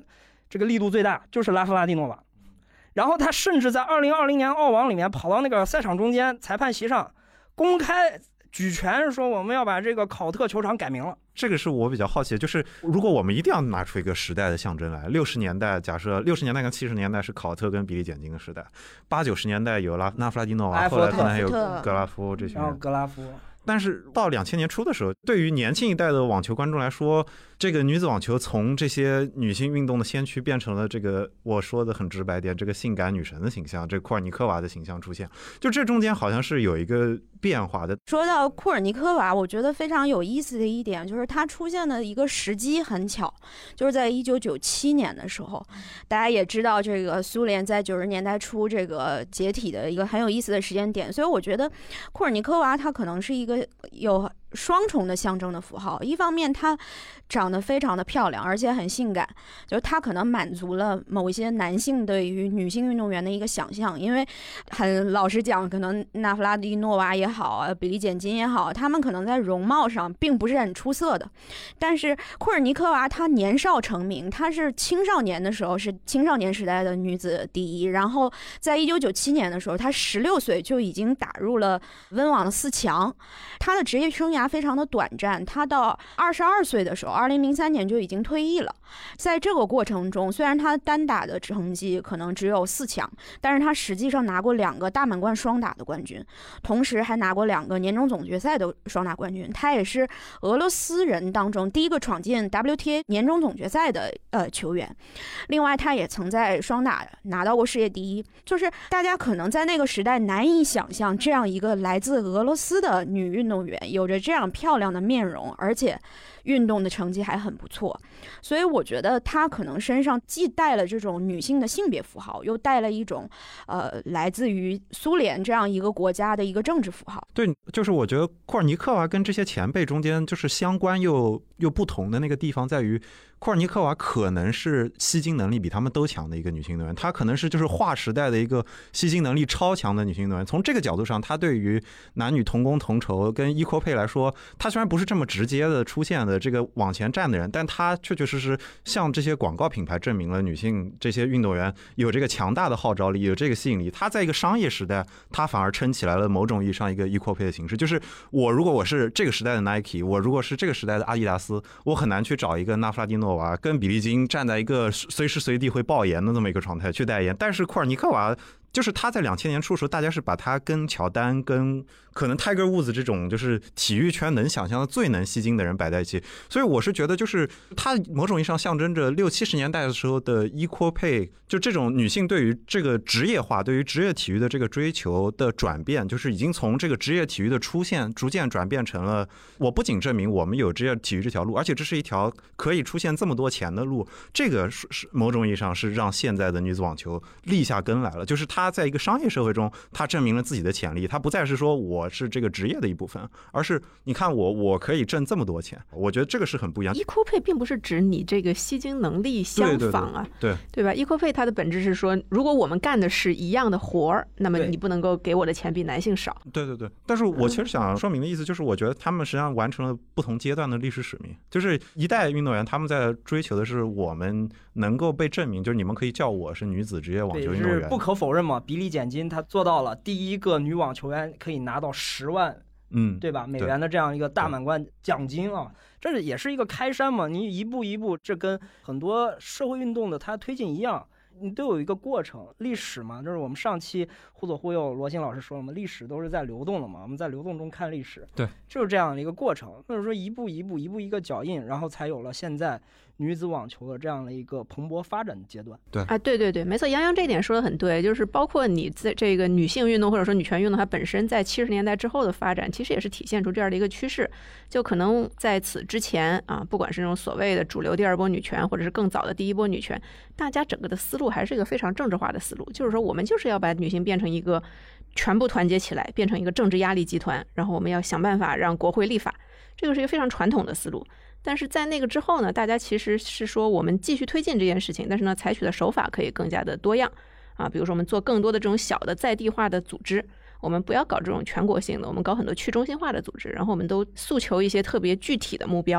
这个力度最大就是拉夫拉蒂诺娃。然后他甚至在二零二零年澳网里面跑到那个赛场中间裁判席上公开举拳说我们要把这个考特球场改名了。 这个是我比较好奇的，就是如果我们一定要拿出一个时代的象征来，六十年代假设六十年代跟七十年代是考特跟比利简金的时代，八九十年代有拉纳夫拉蒂诺娃，后来可能还有格拉夫这些人， 然后格拉夫。 但是到两千年初的时候，对于年轻一代的网球观众来说，这个女子网球从这些女性运动的先驱变成了这个我说的很直白点，这个性感女神的形象，这个库尔尼科娃的形象出现，就这中间好像是有一个变化的。 说到库尔尼科娃，我觉得非常有意思的一点就是她出现的一个时机很巧，就是在一九九七年的时候，大家也知道这个苏联在九十年代初这个解体的一个很有意思的时间点，所以我觉得库尔尼科娃她可能是一个有双重的象征的符号。一方面她长得非常的漂亮，而且很性感，就是她可能满足了某一些男性对于女性运动员的一个想象。因为很老实讲，可能纳夫拉蒂诺娃也好啊，比利简金也好，他们可能在容貌上并不是很出色的，但是库尔尼科娃她年少成名，她是青少年的时候是青少年时代的女子第一，然后在一九九七年的时候，她十六岁就已经打入了温网的四强。她的职业生涯非常的短暂，她到二十二岁的时候，二零零三年就已经退役了。在这个过程中，虽然她单打的成绩可能只有四强，但是她实际上拿过两个大满贯双打的冠军，同时还拿过两个年终总决赛的双打冠军。她也是俄罗斯人当中第一个闯进 W T A 年终总决赛的呃球员。另外，她也曾在双打拿到过世界第一。就是大家可能在那个时代难以想象，这样一个来自俄罗斯的女运动员，有着这样漂亮的面容，而且运动的成绩还很不错。所以我觉得她可能身上既带了这种女性的性别符号，又带了一种呃来自于苏联这样一个国家的一个政治符号。 对，就是我觉得库尔尼科娃跟这些前辈中间就是相关又又不同的那个地方在于，库尔尼科娃可能是吸金能力比他们都强的一个女性运动员，她可能是就是划时代的一个吸金能力超强的女性运动员。从这个角度上，她对于男女同工同酬跟 equal pay 来说，她虽然不是这么直接的出现的这个往前站的人，但她确确实实向这些广告品牌证明了女性这些运动员有这个强大的号召力，有这个吸引力。她在一个商业时代，她反而撑起来了某种意义上一个 equal pay 的形式。就是我如果我是这个时代的 Nike， 我如果是这个时代的阿迪达斯，我很难去找一个纳夫拉蒂诺娃跟比利金站在一个随时随地会爆颜的这么一个状态去代言。但是库尔尼科娃就是他在两千年初的时候，大家是把他跟乔丹跟可能 Tiger Woods 这种就是体育圈能想象的最能吸金的人摆在一起，所以我是觉得就是他某种意义上象征着六七十年代的时候的 equal pay， 就这种女性对于这个职业化、对于职业体育的这个追求的转变，就是已经从这个职业体育的出现逐渐转变成了我不仅证明我们有职业体育这条路，而且这是一条可以出现这么多钱的路。这个是某种意义上是让现在的女子网球立下根来了，就是她在一个商业社会中，她证明了自己的潜力，她不再是说我是这个职业的一部分，而是你看我我可以挣这么多钱。我觉得这个是很不一样。 equal pay 并不是指你这个吸金能力相仿啊， 对对对, 对, 对吧 ？equal pay 它的本质是说，如果我们干的是一样的活儿，那么你不能够给我的钱比男性少。 对对对。但是我其实想说明的意思就是，我觉得他们实际上完成了不同阶段的历史使命。就是一代运动员，他们在追求的是我们能够被证明，就是你们可以叫我是女子职业网球运动员。 是不可否认嘛，比利简金她做到了第一个女网球员可以拿到十万。 嗯， 对吧？美元的这样一个大满贯奖金啊，这也是一个开山嘛。你一步一步，这跟很多社会运动的它推进一样，你都有一个过程。历史嘛，就是我们上期忽左忽右罗新老师说了嘛，历史都是在流动的嘛，我们在流动中看历史， 对， 就是这样的一个过程。就是说一步一步，一步一个脚印，然后才有了现在女子网球的这样的一个蓬勃发展的阶段。 对啊，对对对，没错，杨洋这一点说的很对，就是包括你在这个女性运动或者说女权运动，它本身在七十年代之后的发展，其实也是体现出这样的一个趋势。就可能在此之前啊，不管是这种所谓的主流第二波女权，或者是更早的第一波女权，大家整个的思路还是一个非常政治化的思路，就是说我们就是要把女性变成一个全部团结起来，变成一个政治压力集团，然后我们要想办法让国会立法，这个是一个非常传统的思路。但是在那个之后呢，大家其实是说我们继续推进这件事情，但是呢，采取的手法可以更加的多样啊，比如说我们做更多的这种小的在地化的组织，我们不要搞这种全国性的，我们搞很多去中心化的组织，然后我们都诉求一些特别具体的目标。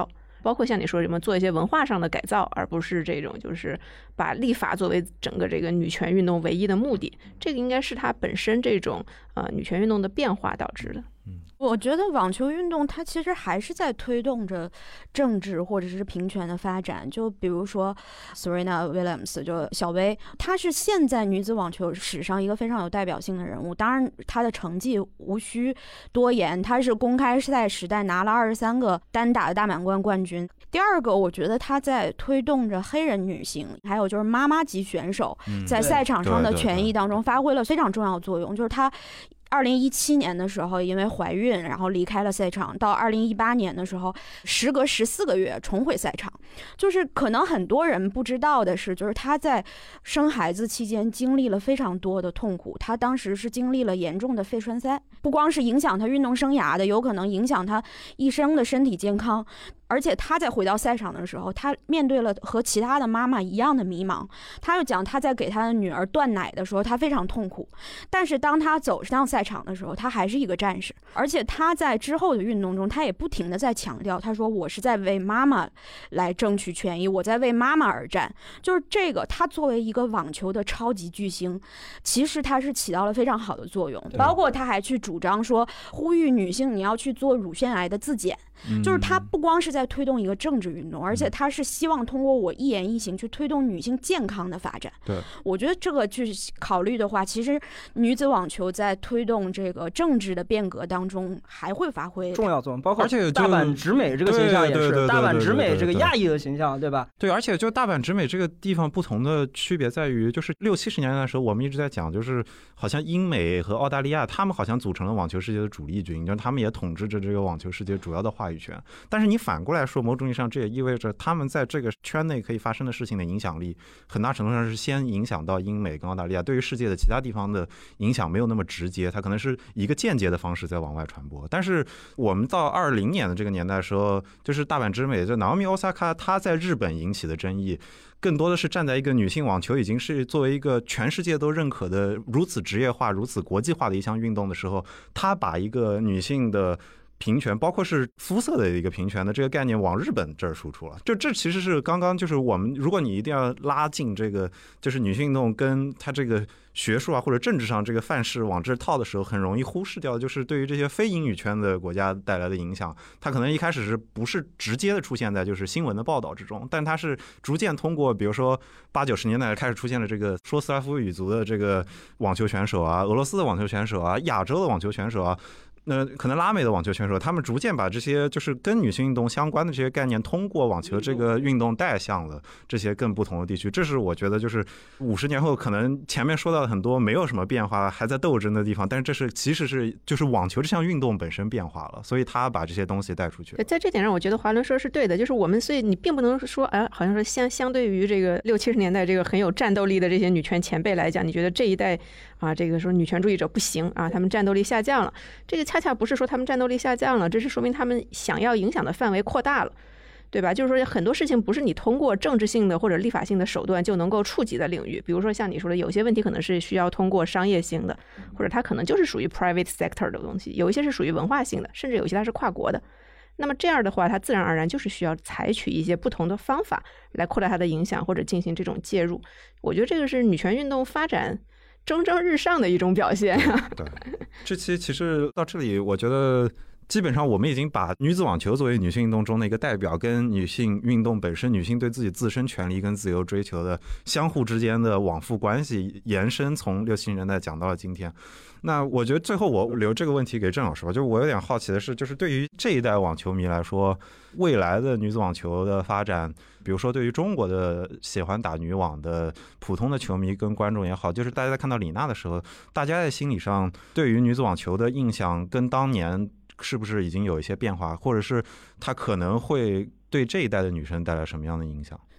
包括像你说什么做一些文化上的改造，而不是这种就是把立法作为整个这个女权运动唯一的目的。这个应该是它本身这种呃女权运动的变化导致的。 我觉得网球运动它其实还是在推动着政治或者是平权的发展。就比如说 Serena Williams 就小薇，她是现在女子网球史上一个非常有代表性的人物。当然她的成绩无需多言，她是公开赛时代拿了二十三个单打的大满贯冠军。第二个，我觉得她在推动着黑人女性还有就是妈妈级选手在赛场上的权益当中发挥了非常重要的作用。就是她二零一七年的时候因为怀孕然后离开了赛场，到二零一八年的时候时隔十四个月重回赛场。就是可能很多人不知道的是，就是她在生孩子期间经历了非常多的痛苦。她当时是经历了严重的肺栓塞，不光是影响她运动生涯的，有可能影响她一生的身体健康。而且她在回到赛场的时候，她面对了和其他的妈妈一样的迷茫。她又讲她在给她的女儿断奶的时候她非常痛苦，但是当她走上赛场的时候她还是一个战士。而且她在之后的运动中她也不停地在强调，她说我是在为妈妈来争取权益，我在为妈妈而战。就是这个她作为一个网球的超级巨星，其实她是起到了非常好的作用。包括她还去主张说呼吁女性你要去做乳腺癌的自检。就是她不光是在推动一个政治运动，而且她是希望通过我一言一行去推动女性健康的发展。 对， 我觉得这个去考虑的话，其实女子网球在推动这个政治的变革当中还会发挥重要作用。包括而且大阪直美这个形象也是大阪直美这个亚裔的形象，对吧？ 对，而且就大阪直美这个地方不同的区别在于，就是六七十年代的时候，我们一直在讲，就是好像英美和澳大利亚他们好像组成了网球世界的主力军，就是他们也统治着这个网球世界主要的话语权。但是你反过来说，某种意义上这也意味着他们在这个圈内可以发生的事情的影响力，很大程度上是先影响到英美跟澳大利亚，对于世界的其他地方的影响没有那么直接，它可能是以一个间接的方式在往外传播。但是我们到二零年的这个年代的时候，就是大阪直美，就 Naomi Osaka 她在日本引起的争议，更多的是站在一个女性网球已经是作为一个全世界都认可的如此职业化、如此国际化的一项运动的时候，她把一个女性的平权，包括是肤色的一个平权的这个概念往日本这儿输出了。就这其实是刚刚就是我们，如果你一定要拉近这个就是女性运动跟它这个学术啊或者政治上这个范式往这套的时候，很容易忽视掉就是对于这些非英语圈的国家带来的影响。它可能一开始是不是直接的出现在就是新闻的报道之中，但它是逐渐通过比如说八九十年代开始出现了这个说斯拉夫语族的这个网球选手啊，俄罗斯的网球选手啊，亚洲的网球选手啊，那可能拉美的网球选手，他们逐渐把这些就是跟女性运动相关的这些概念，通过网球这个运动带向了这些更不同的地区。这是我觉得就是五十年后可能前面说到的很多没有什么变化，还在斗争的地方，但是这是其实是就是网球这项运动本身变化了，所以他把这些东西带出去。 在这点上，我觉得华伦说是对的，就是我们所以你并不能说，哎，好像是相相对于这个六七十年代这个很有战斗力的这些女权前辈来讲，你觉得这一代啊，这个说女权主义者不行啊，他们战斗力下降了。这个恰恰不是说他们战斗力下降了，这是说明他们想要影响的范围扩大了，对吧？就是说很多事情不是你通过政治性的或者立法性的手段就能够触及的领域。比如说像你说的，有些问题可能是需要通过商业性的，或者它可能就是属于 private sector 的东西，有一些是属于文化性的，甚至有些它是跨国的。那么这样的话，它自然而然就是需要采取一些不同的方法来扩大它的影响，或者进行这种介入。我觉得这个是女权运动发展蒸蒸日上的一种表现。 对，这期其实到这里，我觉得基本上我们已经把女子网球作为女性运动中的一个代表，跟女性运动本身、女性对自己自身权利跟自由追求的相互之间的往复关系延伸，从六七十年代讲到了今天。那我觉得最后我留这个问题给郑老师吧，就是我有点好奇的是，就是对于这一代网球迷来说，未来的女子网球的发展，比如说对于中国的喜欢打女网的普通的球迷跟观众也好，就是大家在看到李娜的时候，大家在心理上对于女子网球的印象跟当年是不是已经有一些变化，或者是它可能会对这一代的女生带来什么样的影响？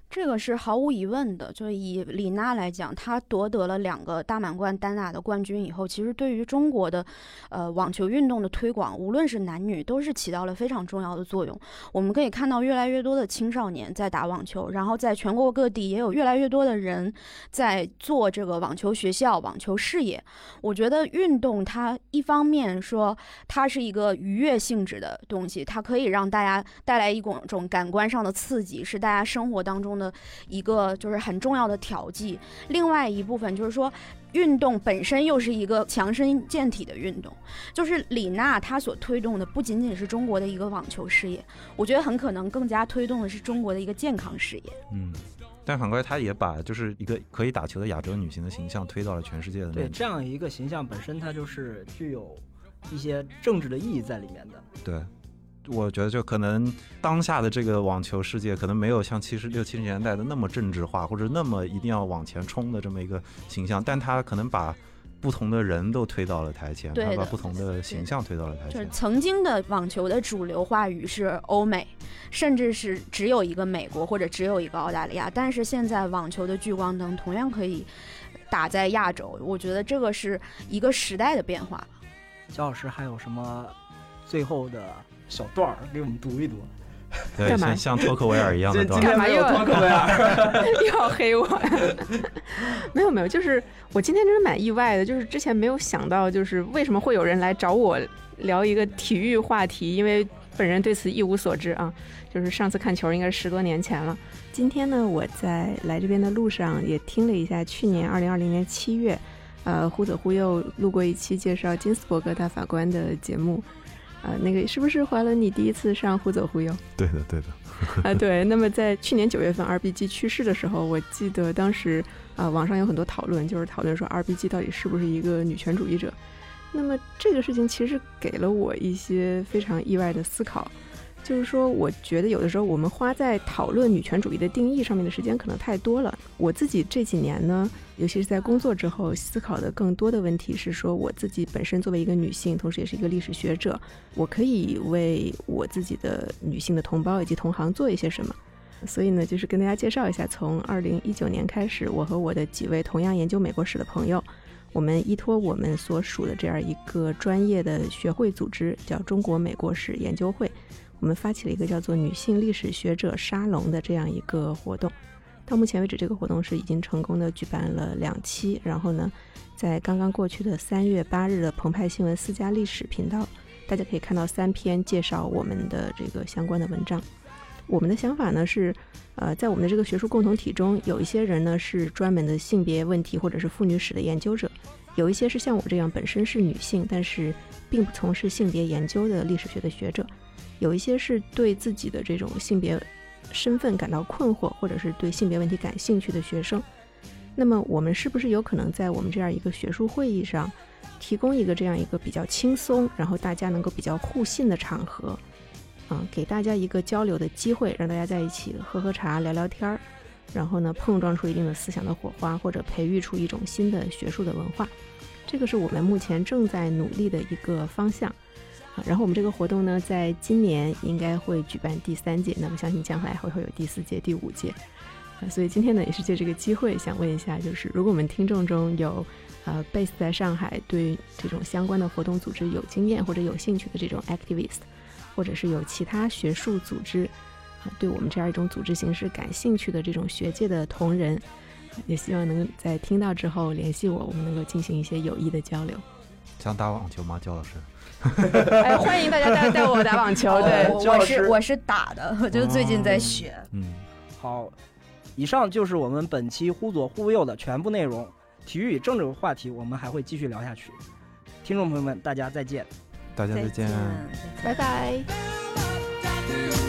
这个是毫无疑问的，就以李娜来讲，她夺得了两个大满贯单打的冠军以后，其实对于中国的呃网球运动的推广，无论是男女，都是起到了非常重要的作用。我们可以看到越来越多的青少年在打网球，然后在全国各地也有越来越多的人在做这个网球学校、网球事业。我觉得运动它一方面说它是一个愉悦性质的东西，它可以让大家带来一种种感官上的刺激，是大家生活当中的一个就是很重要的调剂。另外一部分就是说运动本身又是一个强身健体的运动，就是李娜她所推动的不仅仅是中国的一个网球事业，我觉得很可能更加推动的是中国的一个健康事业。 嗯，但反过来他也把就是一个可以打球的亚洲女性的形象推到了全世界的面前。 对，这样一个形象本身它就是具有一些政治的意义在里面的。 对，我觉得就可能当下的这个网球世界可能没有像七十六七十年代的那么政治化，或者那么一定要往前冲的这么一个形象，但他可能把不同的人都推到了台前，他把不同的形象推到了台前。 就是曾经的网球的主流话语是欧美，甚至是只有一个美国或者只有一个澳大利亚，但是现在网球的聚光灯同样可以打在亚洲，我觉得这个是一个时代的变化。 焦老师还有什么最后的小段儿给我们读一读？ 对，像像托克维尔一样的段。 今天没有托克维尔， 又要黑我。没有没有，就是我今天真是蛮意外的，就是之前没有想到，就是为什么会有人来找我聊一个体育话题，因为本人对此一无所知啊。就是上次看球应该是十多年前了。今天呢，我在来这边的路上也听了一下去年二零二零年七月，呃，忽左忽右录过一期介绍金斯伯格大法官的节目。啊、呃，那个是不是怀伦你第一次上忽左忽右？ 对的，对的。 啊，对。那么在去年九月份 R B G 去世的时候，我记得当时啊、呃，网上有很多讨论，就是讨论说 R B G 到底是不是一个女权主义者。那么这个事情其实给了我一些非常意外的思考，就是说，我觉得有的时候我们花在讨论女权主义的定义上面的时间可能太多了。我自己这几年呢，尤其是在工作之后，思考的更多的问题是说，我自己本身作为一个女性，同时也是一个历史学者，我可以为我自己的女性的同胞以及同行做一些什么。所以呢，就是跟大家介绍一下，从二零一九年开始，我和我的几位同样研究美国史的朋友，我们依托我们所属的这样一个专业的学会组织，叫中国美国史研究会，我们发起了一个叫做女性历史学者沙龙的这样一个活动。到目前为止，这个活动是已经成功的举办了两期，然后呢，在刚刚过去的三月八日的澎湃新闻私家历史频道，大家可以看到三篇介绍我们的这个相关的文章。我们的想法呢是，呃，在我们的这个学术共同体中，有一些人呢是专门的性别问题或者是妇女史的研究者，有一些是像我这样本身是女性，但是并不从事性别研究的历史学的学者，有一些是对自己的这种性别身份感到困惑，或者是对性别问题感兴趣的学生。那么我们是不是有可能在我们这样一个学术会议上提供一个这样一个比较轻松，然后大家能够比较互信的场合啊，给大家一个交流的机会，让大家在一起喝喝茶聊聊天，然后呢碰撞出一定的思想的火花，或者培育出一种新的学术的文化。这个是我们目前正在努力的一个方向。然后我们这个活动呢，在今年应该会举办第三届，那么相信将来还会有第四届、第五届。所以今天呢，也是借这个机会想问一下，就是如果我们听众中有呃 base 在上海，对这种相关的活动组织有经验或者有兴趣的这种 activist， 或者是有其他学术组织啊对我们这样一种组织形式感兴趣的这种学界的同仁，也希望能在听到之后联系我，我们能够进行一些有益的交流。 想打网球吗，焦老师？ 哎，欢迎大家带带我打网球。对， 我我是我是打的，我就最近在学。 嗯， 好，以上就是我们本期忽左忽右的全部内容。体育与政治话题我们还会继续聊下去。听众朋友们，大家再见。 大家再见， 拜拜。